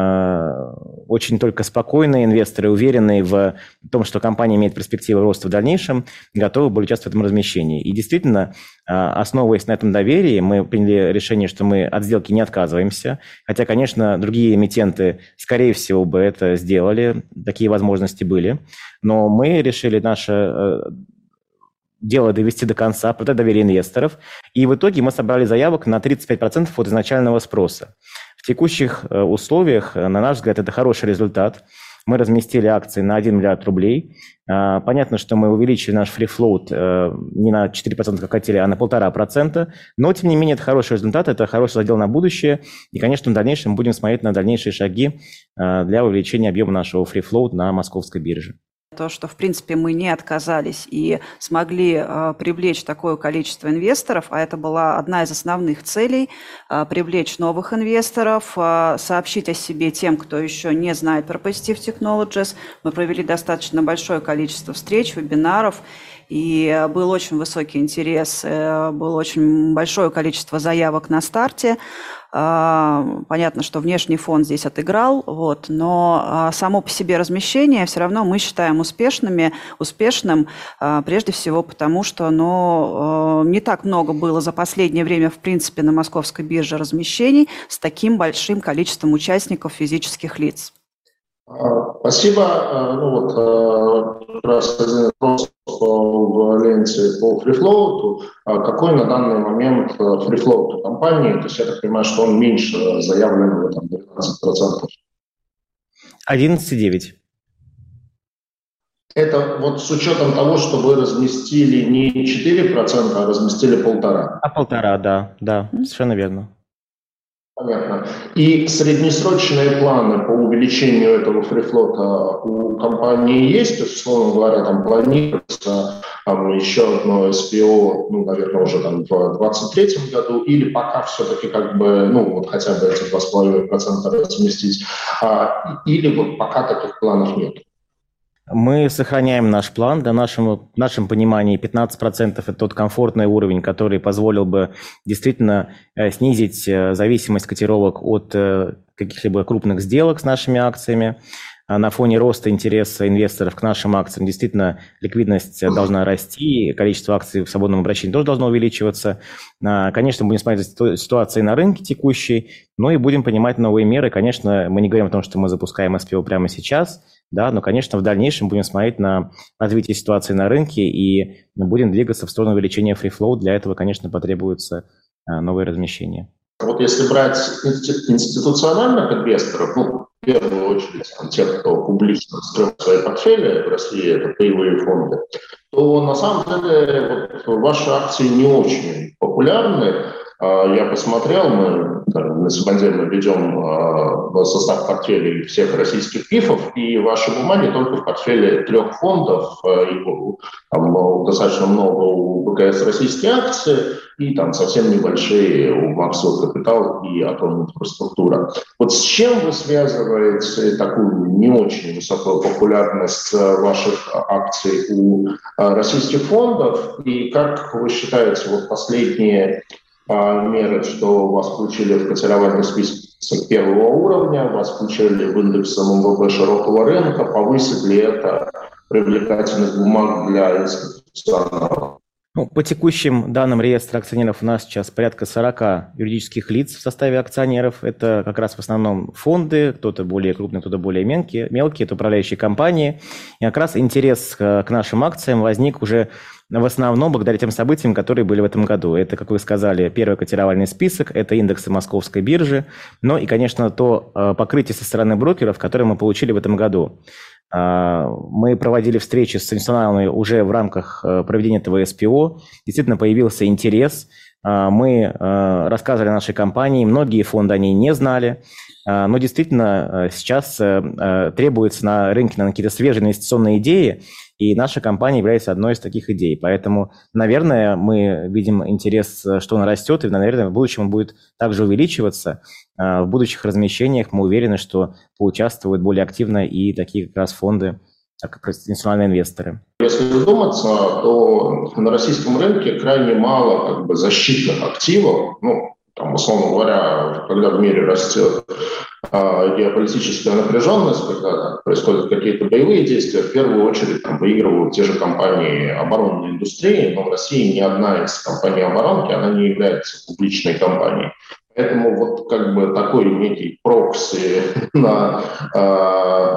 очень только спокойные инвесторы, уверенные в том, что компания имеет перспективы роста в дальнейшем, готовы были участвовать в этом размещении. И действительно, основываясь на этом доверии, мы приняли решение, что мы от сделки не отказываемся. Хотя, конечно, другие эмитенты, скорее всего, бы это сделали, такие возможности были. Но мы решили наше дело довести до конца, продать доверие инвесторов. И в итоге мы собрали заявок на тридцать пять процентов от изначального спроса. В текущих условиях, на наш взгляд, это хороший результат. Мы разместили акции на один миллиард рублей. Понятно, что мы увеличили наш free float не на четыре процента, как хотели, а на полтора процента. Но, тем не менее, это хороший результат, это хороший задел на будущее. И, конечно, в дальнейшем мы будем смотреть на дальнейшие шаги для увеличения объема нашего free float на московской бирже. То, что, в принципе, мы не отказались и смогли э, привлечь такое количество инвесторов, а это была одна из основных целей, э, привлечь новых инвесторов, э, сообщить о себе тем, кто еще не знает про Positive Technologies. Мы провели достаточно большое количество встреч, вебинаров, и был очень высокий интерес, э, было очень большое количество заявок на старте. Понятно, что внешний фон здесь отыграл, вот, но само по себе размещение все равно мы считаем успешными, успешным, прежде всего потому, что оно не так много было за последнее время, в принципе, на московской бирже размещений с таким большим количеством участников физических лиц. Спасибо. Ну вот, как раз один вопрос в ленте по фрифлоуту. Какой на данный момент фрифлоут у компании? То есть я так понимаю, что он меньше заявленного, там, двенадцать процентов. одиннадцать целых девять десятых. Это вот с учетом того, что вы разместили не четыре процента, а разместили полтора. А полтора, да, да, совершенно верно. Понятно. И среднесрочные планы по увеличению этого фрифлота у компании есть? То есть, условно говоря, там планируется там, еще одно эс пи о, ну, наверное, уже там в двадцать третьем году, или пока все-таки как бы, ну, вот хотя бы эти два с половиной процента разместить, а, или вот пока таких планов нет? Мы сохраняем наш план. До нашего, в нашем понимании пятнадцать процентов – это тот комфортный уровень, который позволил бы действительно снизить зависимость котировок от каких-либо крупных сделок с нашими акциями. На фоне роста интереса инвесторов к нашим акциям действительно ликвидность должна расти, количество акций в свободном обращении тоже должно увеличиваться. Конечно, будем смотреть ситуации на рынке текущей, но и будем понимать новые меры. Конечно, мы не говорим о том, что мы запускаем эс пи о прямо сейчас. да, но, конечно, в дальнейшем будем смотреть на развитие ситуации на рынке и будем двигаться в сторону увеличения free float. Для этого, конечно, потребуются новые размещения. Вот если брать институциональных инвесторов, ну, в первую очередь тех, кто публично строит свои портфели, в России это паевые фонды, то на самом деле вот, ваши акции не очень популярны. Я посмотрел, мы на Сибанде мы ведем состав портфелей всех российских пифов, и ваши бумаги только в портфеле трех фондов, там достаточно много у БКС российские акции, и там совсем небольшие у Максвелл Капитал и Атом Инфраструктура. Вот с чем вы связываете такую не очень высокую популярность ваших акций у российских фондов, и как вы считаете, вот последние меры, что вас включили в котировальный список первого уровня, вас включили в индекс эм эм вэ бэ широкого рынка, повысит ли это привлекательность бумаг для институционалов? Ну, по текущим данным реестра акционеров у нас сейчас порядка сорок юридических лиц в составе акционеров. Это как раз в основном фонды, кто-то более крупный, кто-то более мелкие, мелкие, это управляющие компании. И как раз интерес к нашим акциям возник уже в основном благодаря тем событиям, которые были в этом году. Это, как вы сказали, первый котировальный список, это индексы Московской биржи, но и, конечно, то покрытие со стороны брокеров, которое мы получили в этом году. Мы проводили встречи с институционалами уже в рамках проведения этого эс пи о. Действительно появился интерес. Мы рассказывали о нашей компании, многие фонды о ней не знали. Но действительно сейчас требуется на рынке на какие-то свежие инвестиционные идеи, и наша компания является одной из таких идей. Поэтому, наверное, мы видим интерес, что он растет, и, наверное, в будущем он будет также увеличиваться. В будущих размещениях мы уверены, что поучаствуют более активно и такие как раз фонды, как институциональные инвесторы. Если задуматься, то на российском рынке крайне мало как бы защитных активов. Ну, там, условно говоря, когда в мире растет э, геополитическая напряженность, когда происходят какие-то боевые действия, в первую очередь там, выигрывают те же компании оборонной индустрии, но в России ни одна из компаний оборонки, она не является публичной компанией. Поэтому вот как бы такой некий прокси на э,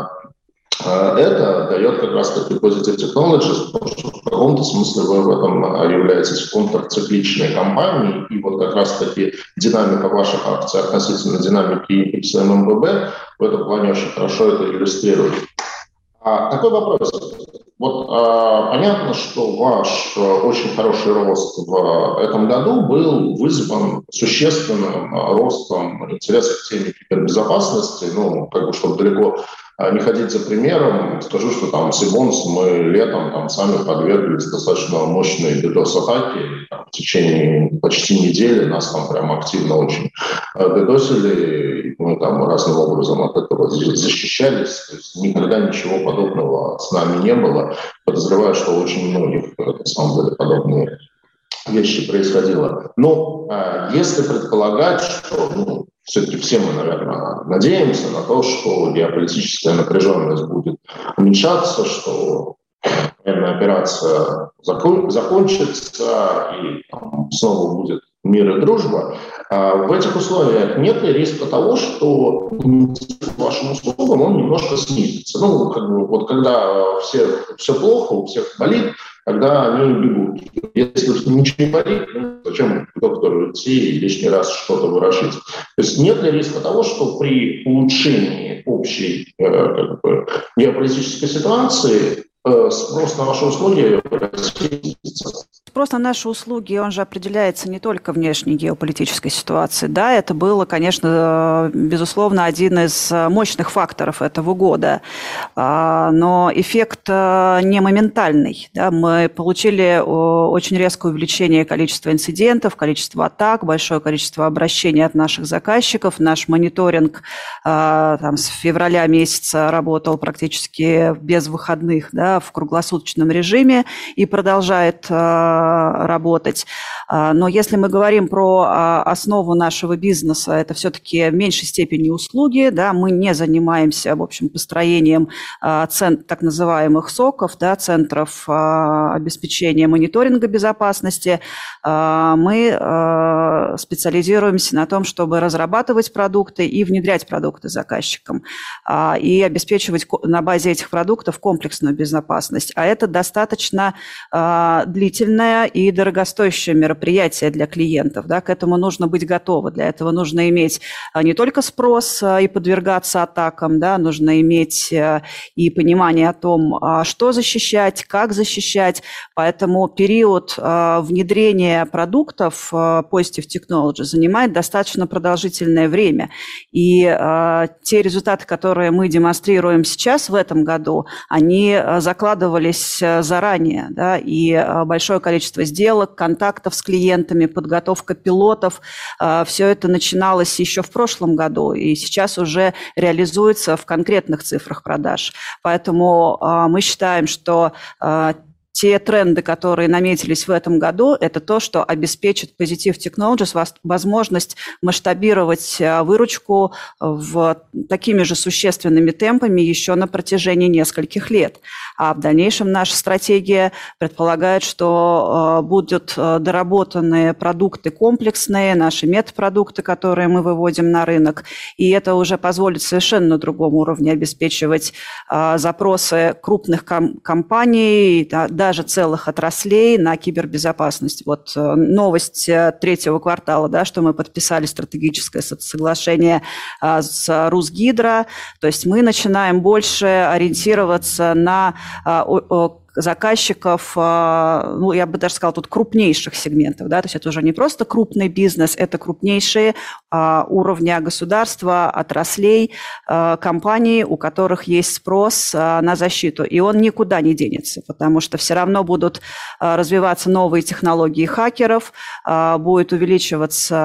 это дает как раз-таки Positive Technologies, потому что в каком-то смысле вы в этом являетесь контрцикличной компанией, и вот как раз-таки динамика ваших акций относительно динамики индекса эм эм вэ бэ в этом плане очень хорошо это иллюстрирует. А, такой вопрос. Вот а, понятно, что ваш а, очень хороший рост в этом году был вызван существенным а, ростом интереса к теме кибербезопасности. Ну, как бы, чтобы далеко а, не ходить за примером, скажу, что там с Ибонс мы летом там сами подверглись достаточно мощной ддос-атаке. В течение почти недели нас там прям активно очень ддосили, и мы там разным образом от этого защищались. То есть никогда ничего подобного с нами не было. Подозреваю, что очень многих на самом деле подобные вещи происходило. Но а, если предполагать, что ну, все-таки все мы, наверное, надеемся на то, что геополитическая напряженность будет уменьшаться, что военная операция закон, закончится и там, снова будет мир и дружба. А в этих условиях нет ли риска того, что вашим услугам он немножко снизится? Ну, как бы, вот когда все, все плохо, у всех болит, тогда они бегут. Если ничего не болит, ну, зачем к доктору идти и лишний раз что-то вырошить? То есть нет ли риска того, что при улучшении общей э, как бы, геополитической ситуации э, спрос на ваши услуги снизится? Спрос на наши услуги, он же определяется не только внешней геополитической ситуацией. Да, это было, конечно, безусловно, один из мощных факторов этого года. Но эффект не моментальный. Да, мы получили очень резкое увеличение количества инцидентов, количества атак, большое количество обращений от наших заказчиков. Наш мониторинг там, с февраля месяца работал практически без выходных, да, в круглосуточном режиме и продолжает работать. Но если мы говорим про основу нашего бизнеса, это все-таки в меньшей степени услуги, да, мы не занимаемся, в общем, построением цен, так называемых соков, да, центров обеспечения мониторинга безопасности. Мы специализируемся на том, чтобы разрабатывать продукты и внедрять продукты заказчикам, и обеспечивать на базе этих продуктов комплексную безопасность. А это достаточно длительное и дорогостоящее мероприятие для клиентов. Да, к этому нужно быть готовы. Для этого нужно иметь не только спрос и подвергаться атакам, да, нужно иметь и понимание о том, что защищать, как защищать. Поэтому период внедрения продуктов Positive Technology занимает достаточно продолжительное время. И те результаты, которые мы демонстрируем сейчас в этом году, они закладывались заранее. Да, и большое количество сделок, контактов с клиентами, подготовка пилотов, все это начиналось еще в прошлом году и сейчас уже реализуется в конкретных цифрах продаж. Поэтому мы считаем, что те тренды, которые наметились в этом году, это то, что обеспечит Positive Technologies возможность масштабировать выручку в такими же существенными темпами еще на протяжении нескольких лет. А в дальнейшем наша стратегия предполагает, что будут доработаны продукты комплексные, наши медпродукты, которые мы выводим на рынок, и это уже позволит совершенно на другом уровне обеспечивать запросы крупных компаний, даже целых отраслей на кибербезопасность. Вот новость третьего квартала, да, что мы подписали стратегическое соглашение с Русгидро, то есть мы начинаем больше ориентироваться на заказчиков, ну, я бы даже сказала, тут крупнейших сегментов, да, то есть это уже не просто крупный бизнес, это крупнейшие а, уровня государства, отраслей, а, компаний, у которых есть спрос а, на защиту, и он никуда не денется, потому что все равно будут а, развиваться новые технологии хакеров, а, будет увеличиваться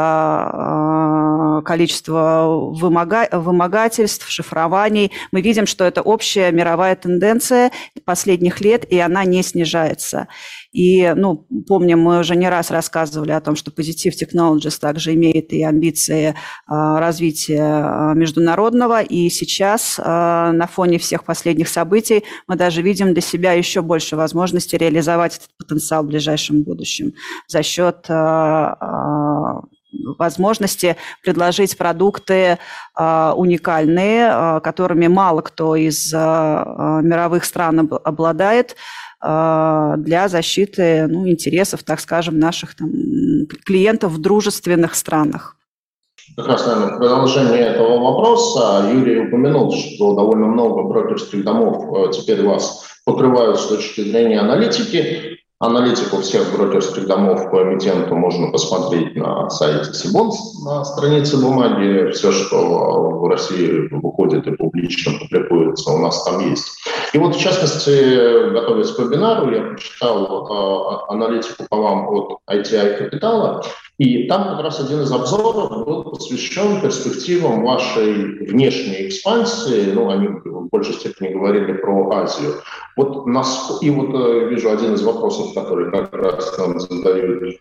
а, количество вымога... вымогательств, шифрований. Мы видим, что это общая мировая тенденция последних лет, и она не снижается. И, ну, помним, мы уже не раз рассказывали о том, что Positive Technologies также имеет и амбиции а, развития а, международного, и сейчас а, на фоне всех последних событий мы даже видим для себя еще больше возможностей реализовать этот потенциал в ближайшем будущем за счет а, а, возможности предложить продукты а, уникальные, а, которыми мало кто из а, мировых стран об, обладает, а, для защиты, ну, интересов, так скажем, наших там, клиентов в дружественных странах. Как раз, наверное, в продолжение этого вопроса Юрий упомянул, что довольно много брокерских домов теперь вас покрывают с точки зрения аналитики. Аналитику всех брокерских домов по эмитенту можно посмотреть на сайте Сибонс, на странице бумаги. Все, что в России выходит и публично публикуется, у нас там есть. И вот, в частности, готовясь к вебинару, я прочитал э, аналитику по вам от ай ти ай Капитала, и там как раз один из обзоров был посвящен перспективам вашей внешней экспансии. Ну, они в большей степени говорили про Азию. Вот нас, и вот э, вижу один из вопросов, который как раз нам задают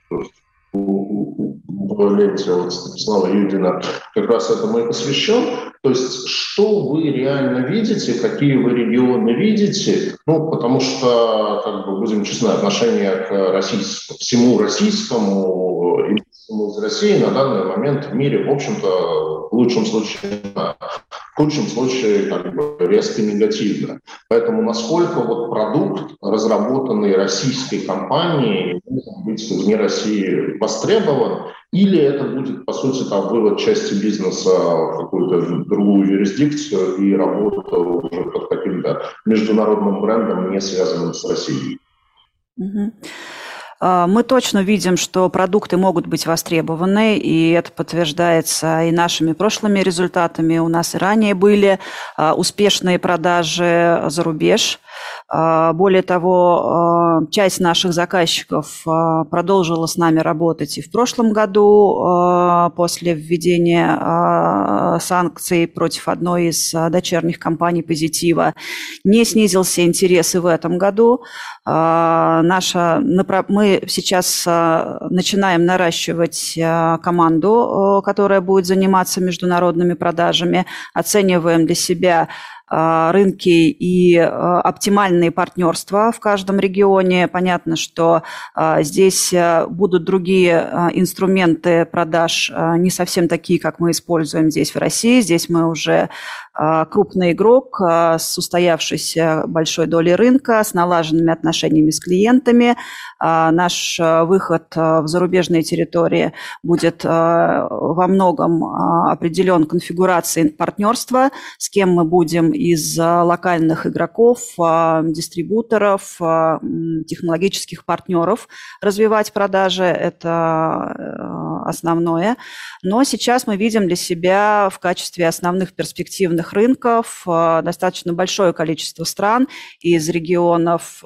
в ленте от Станислава Юдина, как раз этому и посвящен. То есть, что вы реально видите, какие вы регионы видите? Ну, потому что, как бы, будем честны, отношение к российскому, всему российскому, из России на данный момент в мире, в общем-то, в лучшем случае, в худшем случае, как бы, резко негативно. Поэтому насколько вот продукт, разработанный российской компанией, может быть вне России востребован, или это будет, по сути, там, вывод части бизнеса в какую-то другую юрисдикцию и работа уже под каким-то международным брендом, не связанным с Россией? Mm-hmm. Мы точно видим, что продукты могут быть востребованы, и это подтверждается и нашими прошлыми результатами. У нас и ранее были успешные продажи за рубеж. Более того, часть наших заказчиков продолжила с нами работать и в прошлом году после введения санкций против одной из дочерних компаний «Позитива». Не снизился интерес и в этом году. Наша, мы сейчас начинаем наращивать команду, которая будет заниматься международными продажами, оцениваем для себя рынки и оптимальные партнерства в каждом регионе. Понятно, что здесь будут другие инструменты продаж, не совсем такие, как мы используем здесь в России. Здесь мы уже крупный игрок с устоявшейся большой долей рынка, с налаженными отношениями с клиентами. Наш выход в зарубежные территории будет во многом определен конфигурацией партнерства, с кем мы будем из локальных игроков, дистрибуторов, технологических партнеров развивать продажи. Это основное. Но сейчас мы видим для себя в качестве основных перспективных рынков достаточно большое количество стран из регионов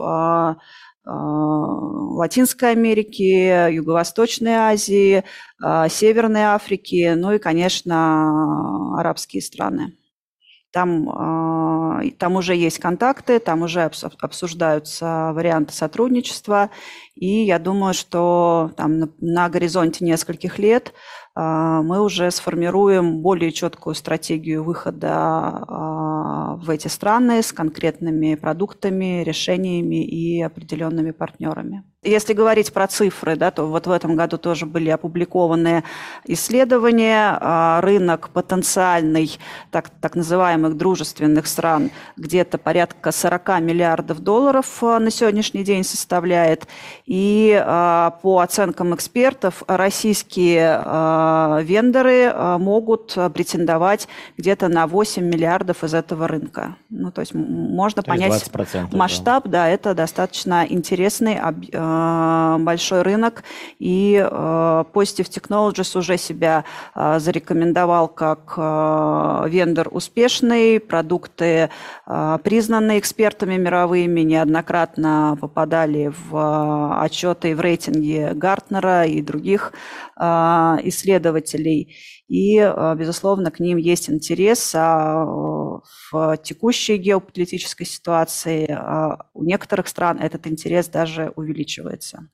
Латинской Америки, Юго-Восточной Азии, Северной Африки, ну и, конечно, арабские страны. Там, там уже есть контакты, там уже обсуждаются варианты сотрудничества, и я думаю, что там на, на горизонте нескольких лет мы уже сформируем более четкую стратегию выхода в эти страны с конкретными продуктами, решениями и определенными партнерами. Если говорить про цифры, да, то вот в этом году тоже были опубликованы исследования. Рынок потенциальный так, так называемых дружественных стран где-то порядка сорок миллиардов долларов на сегодняшний день составляет. И по оценкам экспертов российские вендоры могут претендовать где-то на восемь миллиардов из этого рынка. Ну, то есть можно то понять масштаб, да. да, это достаточно интересный большой рынок, и Positive Technologies уже себя зарекомендовал как вендор успешный, продукты признаны экспертами мировыми, неоднократно попадали в отчеты и в рейтинги Гартнера и других исследователей. И, безусловно, к ним есть интерес. А в текущей геополитической ситуации у некоторых стран этот интерес даже увеличивается.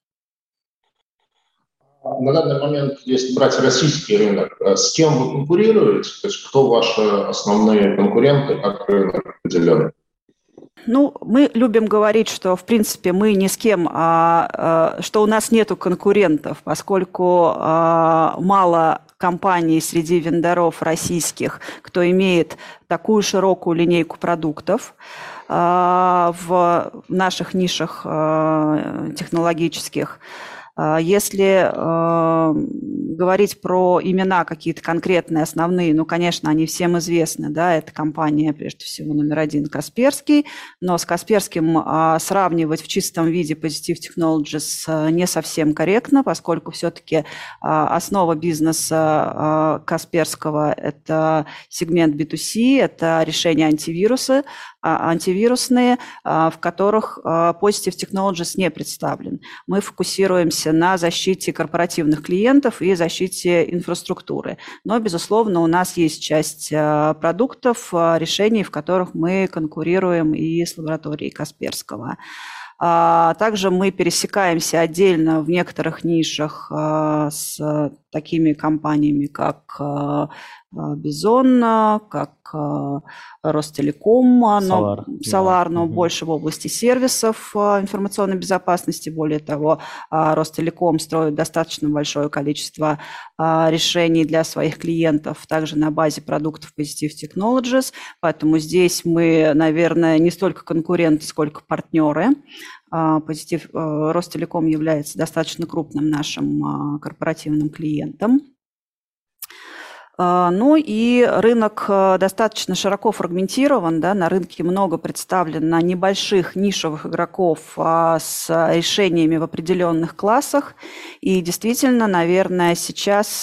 На данный момент, если брать российский рынок, с кем вы конкурируете? То есть кто ваши основные конкуренты, как рынок определенный? Ну, мы любим говорить, что, в принципе, мы ни с кем, а, а, что у нас нету конкурентов, поскольку а, мало компаний среди вендоров российских, кто имеет такую широкую линейку продуктов а, в наших нишах а, технологических. Если э, говорить про имена какие-то конкретные, основные, ну, конечно, они всем известны, да, это компания, прежде всего, номер один Касперский, но с Касперским э, сравнивать в чистом виде Positive Technologies э, не совсем корректно, поскольку все-таки э, основа бизнеса э, Касперского – это сегмент би ту си, это решения антивируса, антивирусные, в которых Positive Technologies не представлен. Мы фокусируемся на защите корпоративных клиентов и защите инфраструктуры. Но, безусловно, у нас есть часть продуктов, решений, в которых мы конкурируем и с лабораторией Касперского. Также мы пересекаемся отдельно в некоторых нишах с такими компаниями, как Бизон, как Ростелеком, Solar, Solar, да. но угу. больше в области сервисов информационной безопасности. Более того, Ростелеком строит достаточно большое количество решений для своих клиентов, также на базе продуктов Positive Technologies. Поэтому здесь мы, наверное, не столько конкуренты, сколько партнеры. Positive, Ростелеком является достаточно крупным нашим корпоративным клиентом. Ну и рынок достаточно широко фрагментирован, да, на рынке много представлено небольших нишевых игроков с решениями в определенных классах, и действительно, наверное, сейчас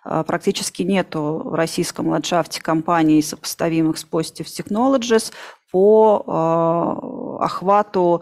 практически нету в российском ландшафте компаний, сопоставимых с Positive Technologies по охвату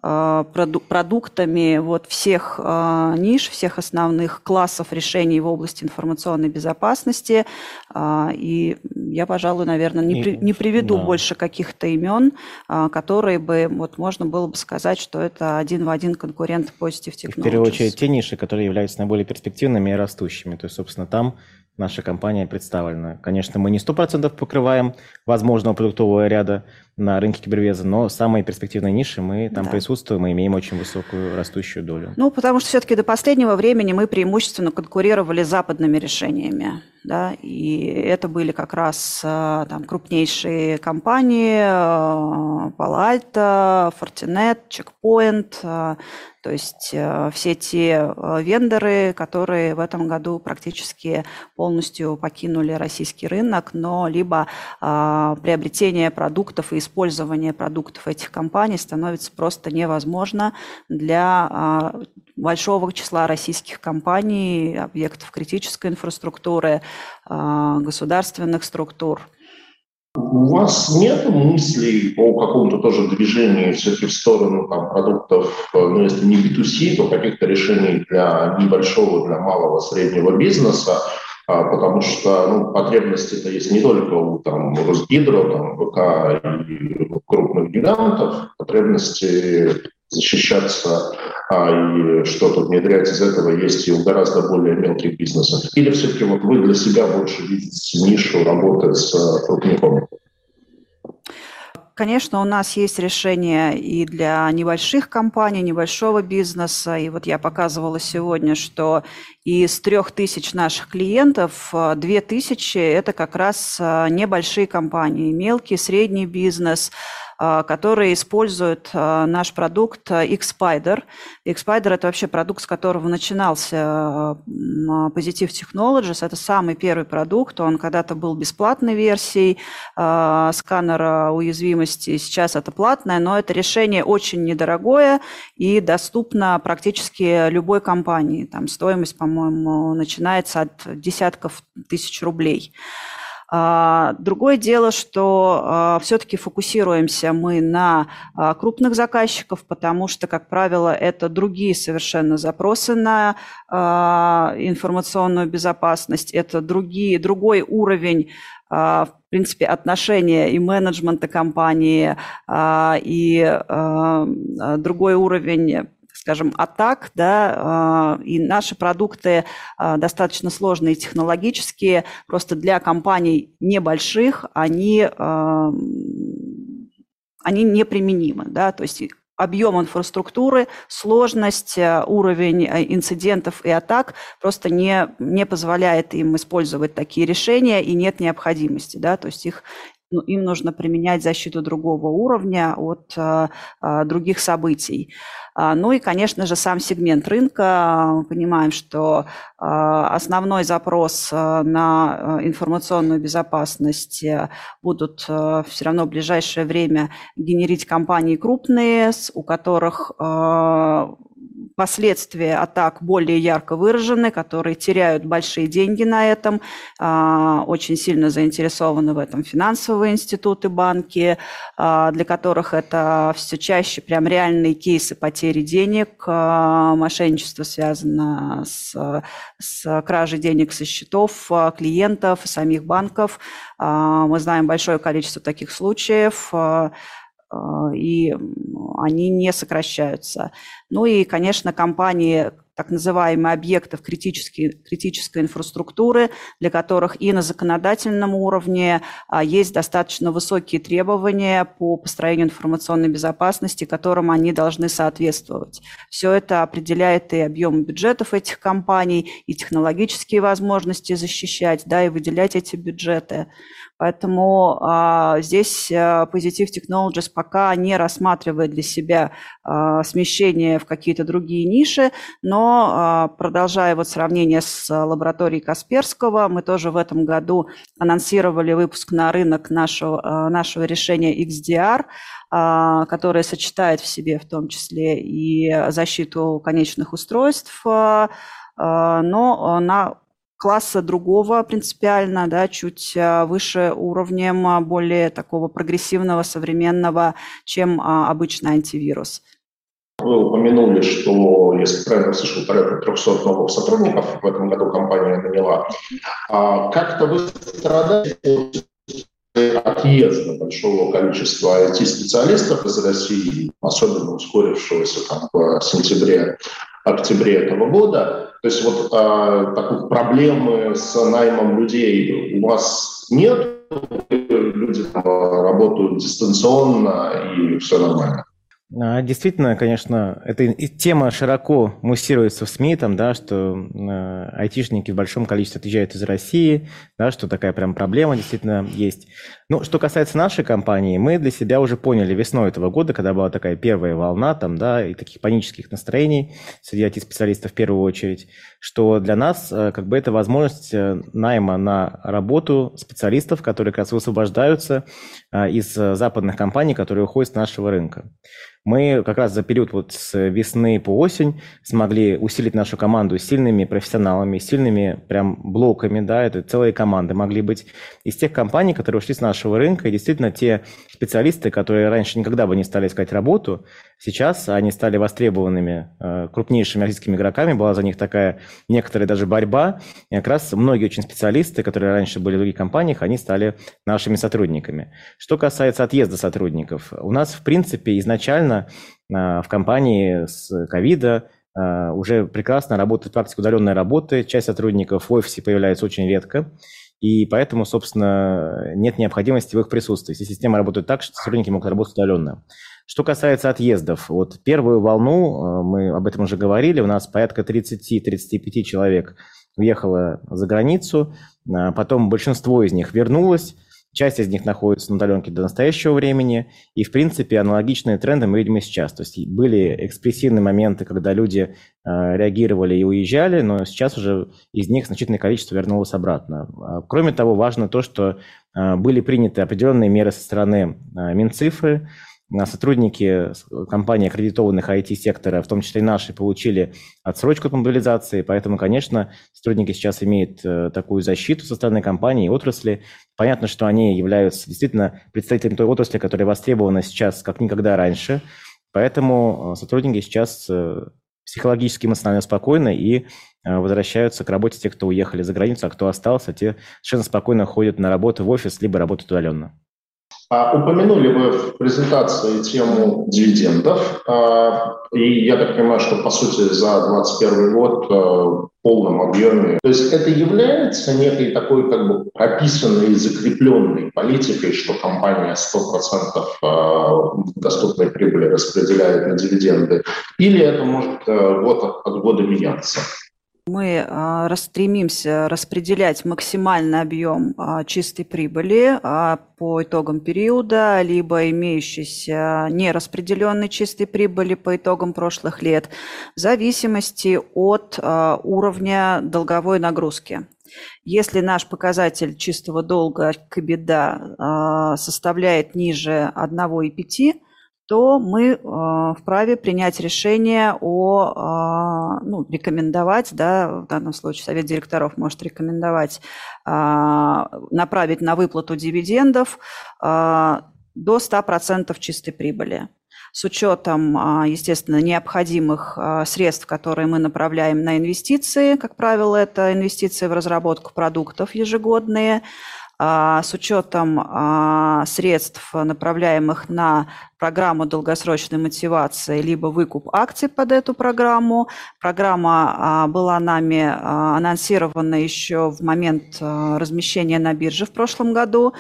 продуктами вот всех э, ниш, всех основных классов решений в области информационной безопасности. Э, и я, пожалуй, наверное, не, при, не приведу да. больше каких-то имен, э, которые бы вот можно было бы сказать, что это один в один конкурент Positive Technologies. В первую очередь те ниши, которые являются наиболее перспективными и растущими. То есть, собственно, там наша компания представлена. Конечно, мы не сто процентов покрываем возможного продуктового ряда на рынке кибервеза, но самые перспективные ниши мы там да. присутствуем и имеем очень высокую растущую долю. Ну, потому что все-таки до последнего времени мы преимущественно конкурировали с западными решениями. Да, и это были как раз там крупнейшие компании, Palo Alto, Fortinet, Checkpoint, то есть все те вендоры, которые в этом году практически полностью покинули российский рынок, но либо приобретение продуктов и использование продуктов этих компаний становится просто невозможно для большого числа российских компаний, объектов критической инфраструктуры, государственных структур. У вас нет мыслей о каком-то тоже движении все-таки в сторону там, продуктов, ну, если не би ту си, то каких-то решений для небольшого, для малого, среднего бизнеса, потому что ну, потребности-то есть не только у там, Росгидро, там, ВК и крупных гигантов, потребности защищаться а, и что-то внедрять из этого есть и у гораздо более мелких бизнесов? Или все-таки вот вы для себя больше видите нишу работы с крупником? Конечно, у нас есть решения и для небольших компаний, небольшого бизнеса. И вот я показывала сегодня, что из трех тысяч наших клиентов две тысячи – это как раз небольшие компании, мелкий, средний бизнес, которые используют наш продукт X-Spider. X-Spider – это вообще продукт, с которого начинался Positive Technologies. Это самый первый продукт. Он когда-то был бесплатной версией сканера уязвимости. Сейчас это платное, но это решение очень недорогое и доступно практически любой компании. Там стоимость, по-моему, начинается от десятков тысяч рублей. Другое дело, что все-таки фокусируемся мы на крупных заказчиков, потому что, как правило, это другие совершенно запросы на информационную безопасность, это другие, другой уровень, в принципе, отношения и менеджмента компании, и другой уровень, скажем, атак, да, и наши продукты достаточно сложные технологические, просто для компаний небольших они, они неприменимы, да, то есть объем инфраструктуры, сложность, уровень инцидентов и атак просто не, не позволяет им использовать такие решения, и нет необходимости, да, то есть их ну, им нужно применять защиту другого уровня от а, а, других событий. А, ну и, конечно же, сам сегмент рынка. Мы понимаем, что а, основной запрос а, на информационную безопасность будут а, все равно в ближайшее время генерить компании крупные, у которых а, последствия атак более ярко выражены, которые теряют большие деньги на этом, очень сильно заинтересованы в этом финансовые институты, банки, для которых это все чаще прям реальные кейсы потери денег, мошенничество связано с, с кражей денег со счетов клиентов, самих банков. Мы знаем большое количество таких случаев, и они не сокращаются. Ну и, конечно, компании, так называемые объектов критической, критической инфраструктуры, для которых и на законодательном уровне есть достаточно высокие требования по построению информационной безопасности, которым они должны соответствовать. Все это определяет и объем бюджетов этих компаний, и технологические возможности защищать, да, и выделять эти бюджеты. Поэтому а, здесь а, Positive Technologies пока не рассматривает для себя а, смещение в какие-то другие ниши, но а, продолжая вот сравнение с лабораторией Касперского, мы тоже в этом году анонсировали выпуск на рынок нашего, а, нашего решения икс ди ар, а, которое сочетает в себе в том числе и защиту конечных устройств, а, а, но на класса другого принципиально, да, чуть выше уровнем, более такого прогрессивного, современного, чем обычный антивирус. Вы упомянули, что, если правильно слышал, порядка трехсот новых сотрудников в этом году компания наняла. А как-то вы страдаете от отъезда большого количества ай ти-специалистов из России, особенно ускорившегося там, в сентябре-октябре этого года? То есть вот а, такой проблемы с наймом людей у вас нет? Люди там, работают дистанционно и все нормально? Действительно, конечно, эта тема широко муссируется в СМИ, там, да, что э, айтишники в большом количестве отъезжают из России, да, что такая прям проблема действительно есть. Ну, что касается нашей компании, мы для себя уже поняли весной этого года, когда была такая первая волна там, да, и таких панических настроений среди ай ти-специалистов в первую очередь, что для нас э, как бы это возможность найма на работу специалистов, которые как раз высвобождаются э, из западных компаний, которые уходят с нашего рынка. Мы как раз за период вот с весны по осень смогли усилить нашу команду сильными профессионалами, сильными прям блоками, да, это целые команды могли быть из тех компаний, которые ушли с нашего рынка, и действительно те специалисты, которые раньше никогда бы не стали искать работу, сейчас они стали востребованными э, крупнейшими российскими игроками, была за них такая некоторая даже борьба, и как раз многие очень специалисты, которые раньше были в других компаниях, они стали нашими сотрудниками. Что касается отъезда сотрудников, у нас в принципе изначально в компании с ковида уже прекрасно работает практика удаленной работы. Часть сотрудников в офисе появляется очень редко, и поэтому, собственно, нет необходимости в их присутствии. Если система работает так, что сотрудники могут работать удаленно. Что касается отъездов, вот первую волну, мы об этом уже говорили, у нас порядка тридцать-тридцать пять человек уехало за границу, потом большинство из них вернулось. Часть из них находится на удаленке до настоящего времени, и, в принципе, аналогичные тренды мы видим и сейчас. То есть были экспрессивные моменты, когда люди э, реагировали и уезжали, но сейчас уже из них значительное количество вернулось обратно. Кроме того, важно то, что э, были приняты определенные меры со стороны э, Минцифры. Сотрудники компаний, аккредитованных ай ти-сектора, в том числе и наши, получили отсрочку от мобилизации, поэтому, конечно, сотрудники сейчас имеют такую защиту со стороны компании и отрасли. Понятно, что они являются действительно представителями той отрасли, которая востребована сейчас как никогда раньше, поэтому сотрудники сейчас психологически, эмоционально спокойны и возвращаются к работе те, кто уехали за границу, а кто остался, те совершенно спокойно ходят на работу в офис, либо работают удаленно. А, упомянули вы в презентации тему дивидендов, а, и я так понимаю, что, по сути, за двадцать первый год а, в полном объеме. То есть это является некой такой как бы прописанной и закрепленной политикой, что компания сто процентов а, доступной прибыли распределяет на дивиденды, или это может а, год от, от года меняться? Мы а, стремимся распределять максимальный объем а, чистой прибыли а, по итогам периода, либо имеющейся нераспределенной чистой прибыли по итогам прошлых лет, в зависимости от а, уровня долговой нагрузки. Если наш показатель чистого долга к EBITDA а, составляет ниже одного и пяти, то мы э, вправе принять решение о, э, ну, рекомендовать, да, в данном случае совет директоров может рекомендовать э, направить на выплату дивидендов э, до ста процентов чистой прибыли. С учетом, э, естественно, необходимых э, средств, которые мы направляем на инвестиции, как правило, это инвестиции в разработку продуктов ежегодные, э, с учетом э, средств, направляемых на программу долгосрочной мотивации, либо выкуп акций под эту программу. Программа а, была нами а, анонсирована еще в момент а, размещения на бирже в прошлом году.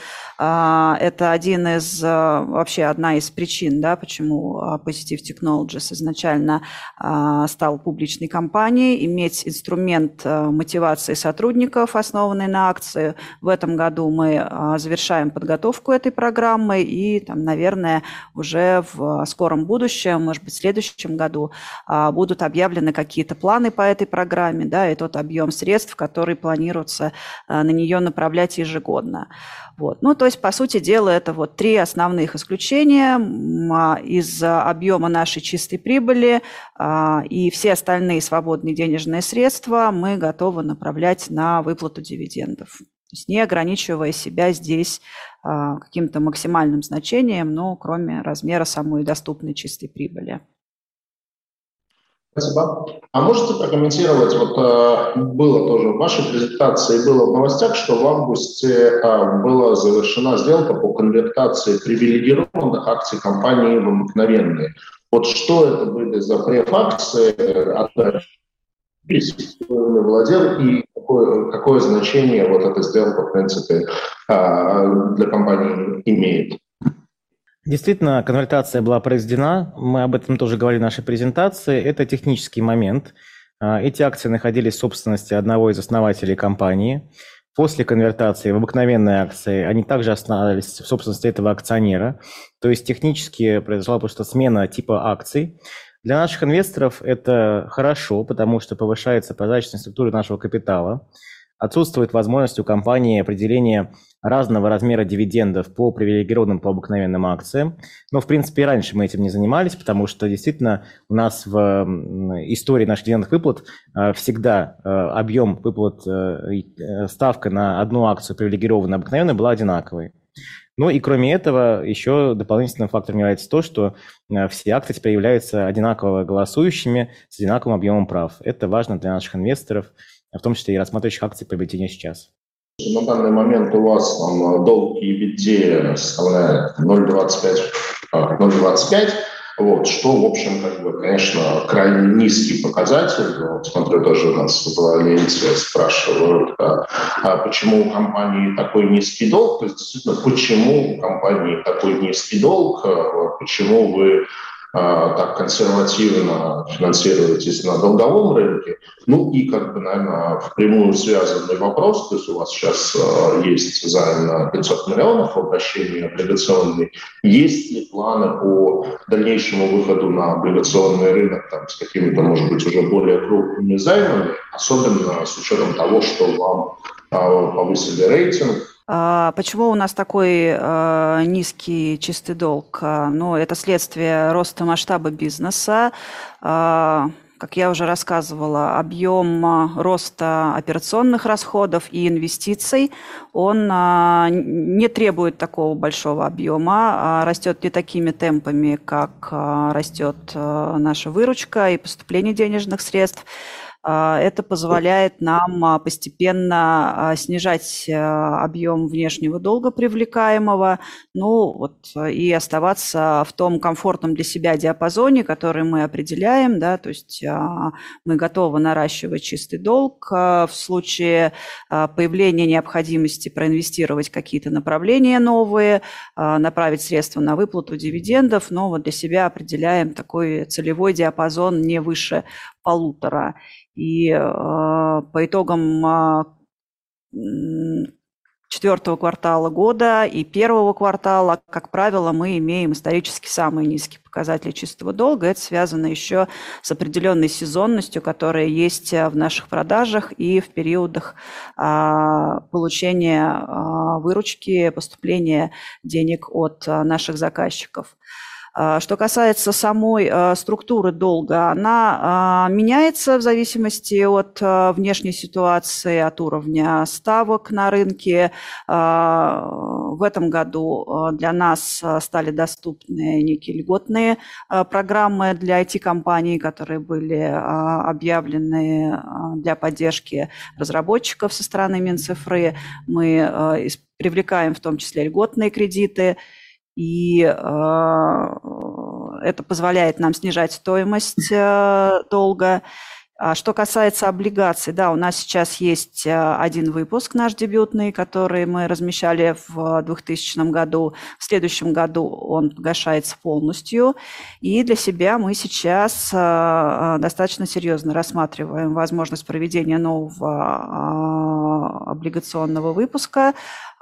А, это один из, а, вообще одна из причин, да, почему а, Positive Technologies изначально а, стал публичной компанией, иметь инструмент а, мотивации сотрудников, основанный на акции. В этом году мы а, завершаем подготовку этой программы и, там, наверное, уже уже в скором будущем, может быть, в следующем году будут объявлены какие-то планы по этой программе, да, и тот объем средств, который планируется на нее направлять ежегодно. Вот. Ну, то есть, по сути дела, это вот три основных исключения из объема нашей чистой прибыли, и все остальные свободные денежные средства мы готовы направлять на выплату дивидендов. То есть не ограничивая себя здесь каким-то максимальным значением, но кроме размера самой доступной чистой прибыли. Спасибо. А можете прокомментировать, вот было тоже в вашей презентации, было в новостях, что в августе была завершена сделка по конвертации привилегированных акций компании в обыкновенные. Вот что это были за префакции, владел и какое, какое значение вот эта сделка, в принципе, для компании имеет? Действительно, конвертация была произведена, мы об этом тоже говорили в нашей презентации, это технический момент. Эти акции находились в собственности одного из основателей компании. После конвертации в обыкновенные акции они также оставались в собственности этого акционера, то есть технически произошла просто смена типа акций. Для наших инвесторов это хорошо, потому что повышается прозрачность структуры нашего капитала. Отсутствует возможность у компании определения разного размера дивидендов по привилегированным, по обыкновенным акциям. Но, в принципе, и раньше мы этим не занимались, потому что действительно у нас в истории наших дивидендных выплат всегда объем выплат, ставка на одну акцию привилегированную, обыкновенную была одинаковой. Ну и кроме этого, еще дополнительным фактором является то, что все акции теперь являются одинаково голосующими с одинаковым объемом прав. Это важно для наших инвесторов, в том числе и рассматривающих акции приобретения сейчас. На данный момент у вас там, долг и EBITDA составляет ноль целых двадцать пять. Вот, что, в общем, как бы, конечно, крайне низкий показатель. Вот, смотрю, даже у нас в ленте спрашивают, а, а почему у компании такой низкий долг. То есть, действительно, почему у компании такой низкий долг, а, почему вы а, так консервативно финансируетесь на долговом рынке. Ну и, как бы, наверное, впрямую связанный вопрос, то есть у вас сейчас а, есть займ на пятьсот миллионов в обращении облигационный. Есть ли планы по дальнейшему выходу на облигационный рынок там, с какими-то, может быть, уже более крупными займами, особенно с учетом того, что вам а, повысили рейтинг? Почему у нас такой э, низкий чистый долг? Ну, это следствие роста масштаба бизнеса. Э, как я уже рассказывала, объем роста операционных расходов и инвестиций, он э, не требует такого большого объема, а растет не такими темпами, как э, растет э, наша выручка и поступление денежных средств. Это позволяет нам постепенно снижать объем внешнего долга привлекаемого, ну вот, и оставаться в том комфортном для себя диапазоне, который мы определяем, да, то есть мы готовы наращивать чистый долг в случае появления необходимости проинвестировать какие-то направления новые, направить средства на выплату дивидендов, но вот для себя определяем такой целевой диапазон не выше полутора. И э, по итогам э, четвертого квартала года и первого квартала, как правило, мы имеем исторически самые низкие показатели чистого долга. Это связано еще с определенной сезонностью, которая есть в наших продажах и в периодах э, получения э, выручки, поступления денег от э, наших заказчиков. Что касается самой структуры долга, она меняется в зависимости от внешней ситуации, от уровня ставок на рынке. В этом году для нас стали доступны некие льготные программы для ай ти-компаний, которые были объявлены для поддержки разработчиков со стороны Минцифры. Мы привлекаем в том числе льготные кредиты. И э, это позволяет нам снижать стоимость э, долга. А что касается облигаций, да, у нас сейчас есть один выпуск наш дебютный, который мы размещали в двухтысячном году. В следующем году он погашается полностью. И для себя мы сейчас достаточно серьезно рассматриваем возможность проведения нового облигационного выпуска.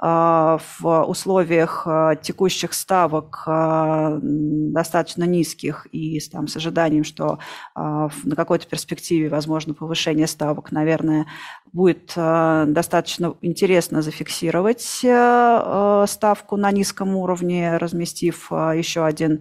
В условиях текущих ставок достаточно низких и там, с ожиданием, что на какой-то перспективе возможно повышение ставок, наверное, будет достаточно интересно зафиксировать ставку на низком уровне, разместив еще один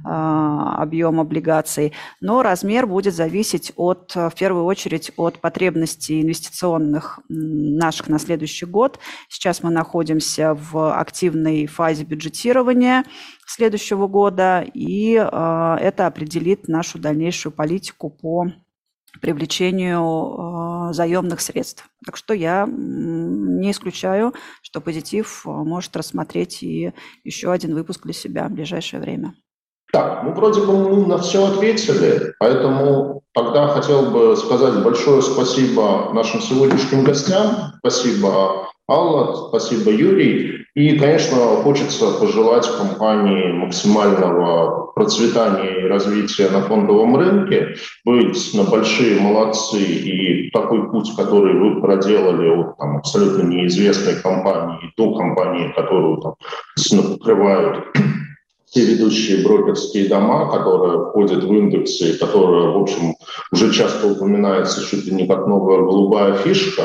объем облигаций. Но размер будет зависеть от, в первую очередь от потребностей инвестиционных наших на следующий год. Сейчас мы находимся в активной фазе бюджетирования следующего года, и э, это определит нашу дальнейшую политику по привлечению э, заемных средств. Так что я не исключаю, что позитив может рассмотреть и еще один выпуск для себя в ближайшее время. Так, ну вроде бы мы на все ответили, поэтому тогда хотел бы сказать большое спасибо нашим сегодняшним гостям. Спасибо, Алла, спасибо, Юрий. И, конечно, хочется пожелать компании максимального процветания и развития на фондовом рынке. Вы на большие молодцы, и такой путь, который вы проделали от там, абсолютно неизвестной компании до компании, которую там, покрывают те ведущие брокерские дома, которые входят в индексы, которые, в общем, уже часто упоминаются чуть ли не как новая голубая фишка,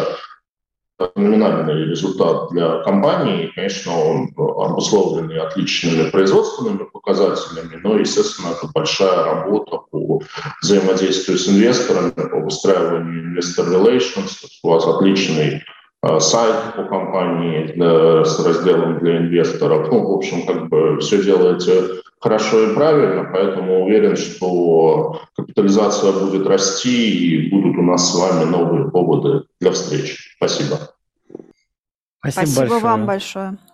номинальный результат для компании. Конечно, он обусловлен отличными производственными показателями, но, естественно, это большая работа по взаимодействию с инвесторами, по выстраиванию investor relations. У вас отличный сайт по компании для, с разделом для инвесторов. Ну, в общем, как бы все делаете хорошо и правильно, поэтому уверен, что капитализация будет расти и будут у нас с вами новые поводы для встречи. Спасибо. Спасибо, Спасибо большое. вам большое.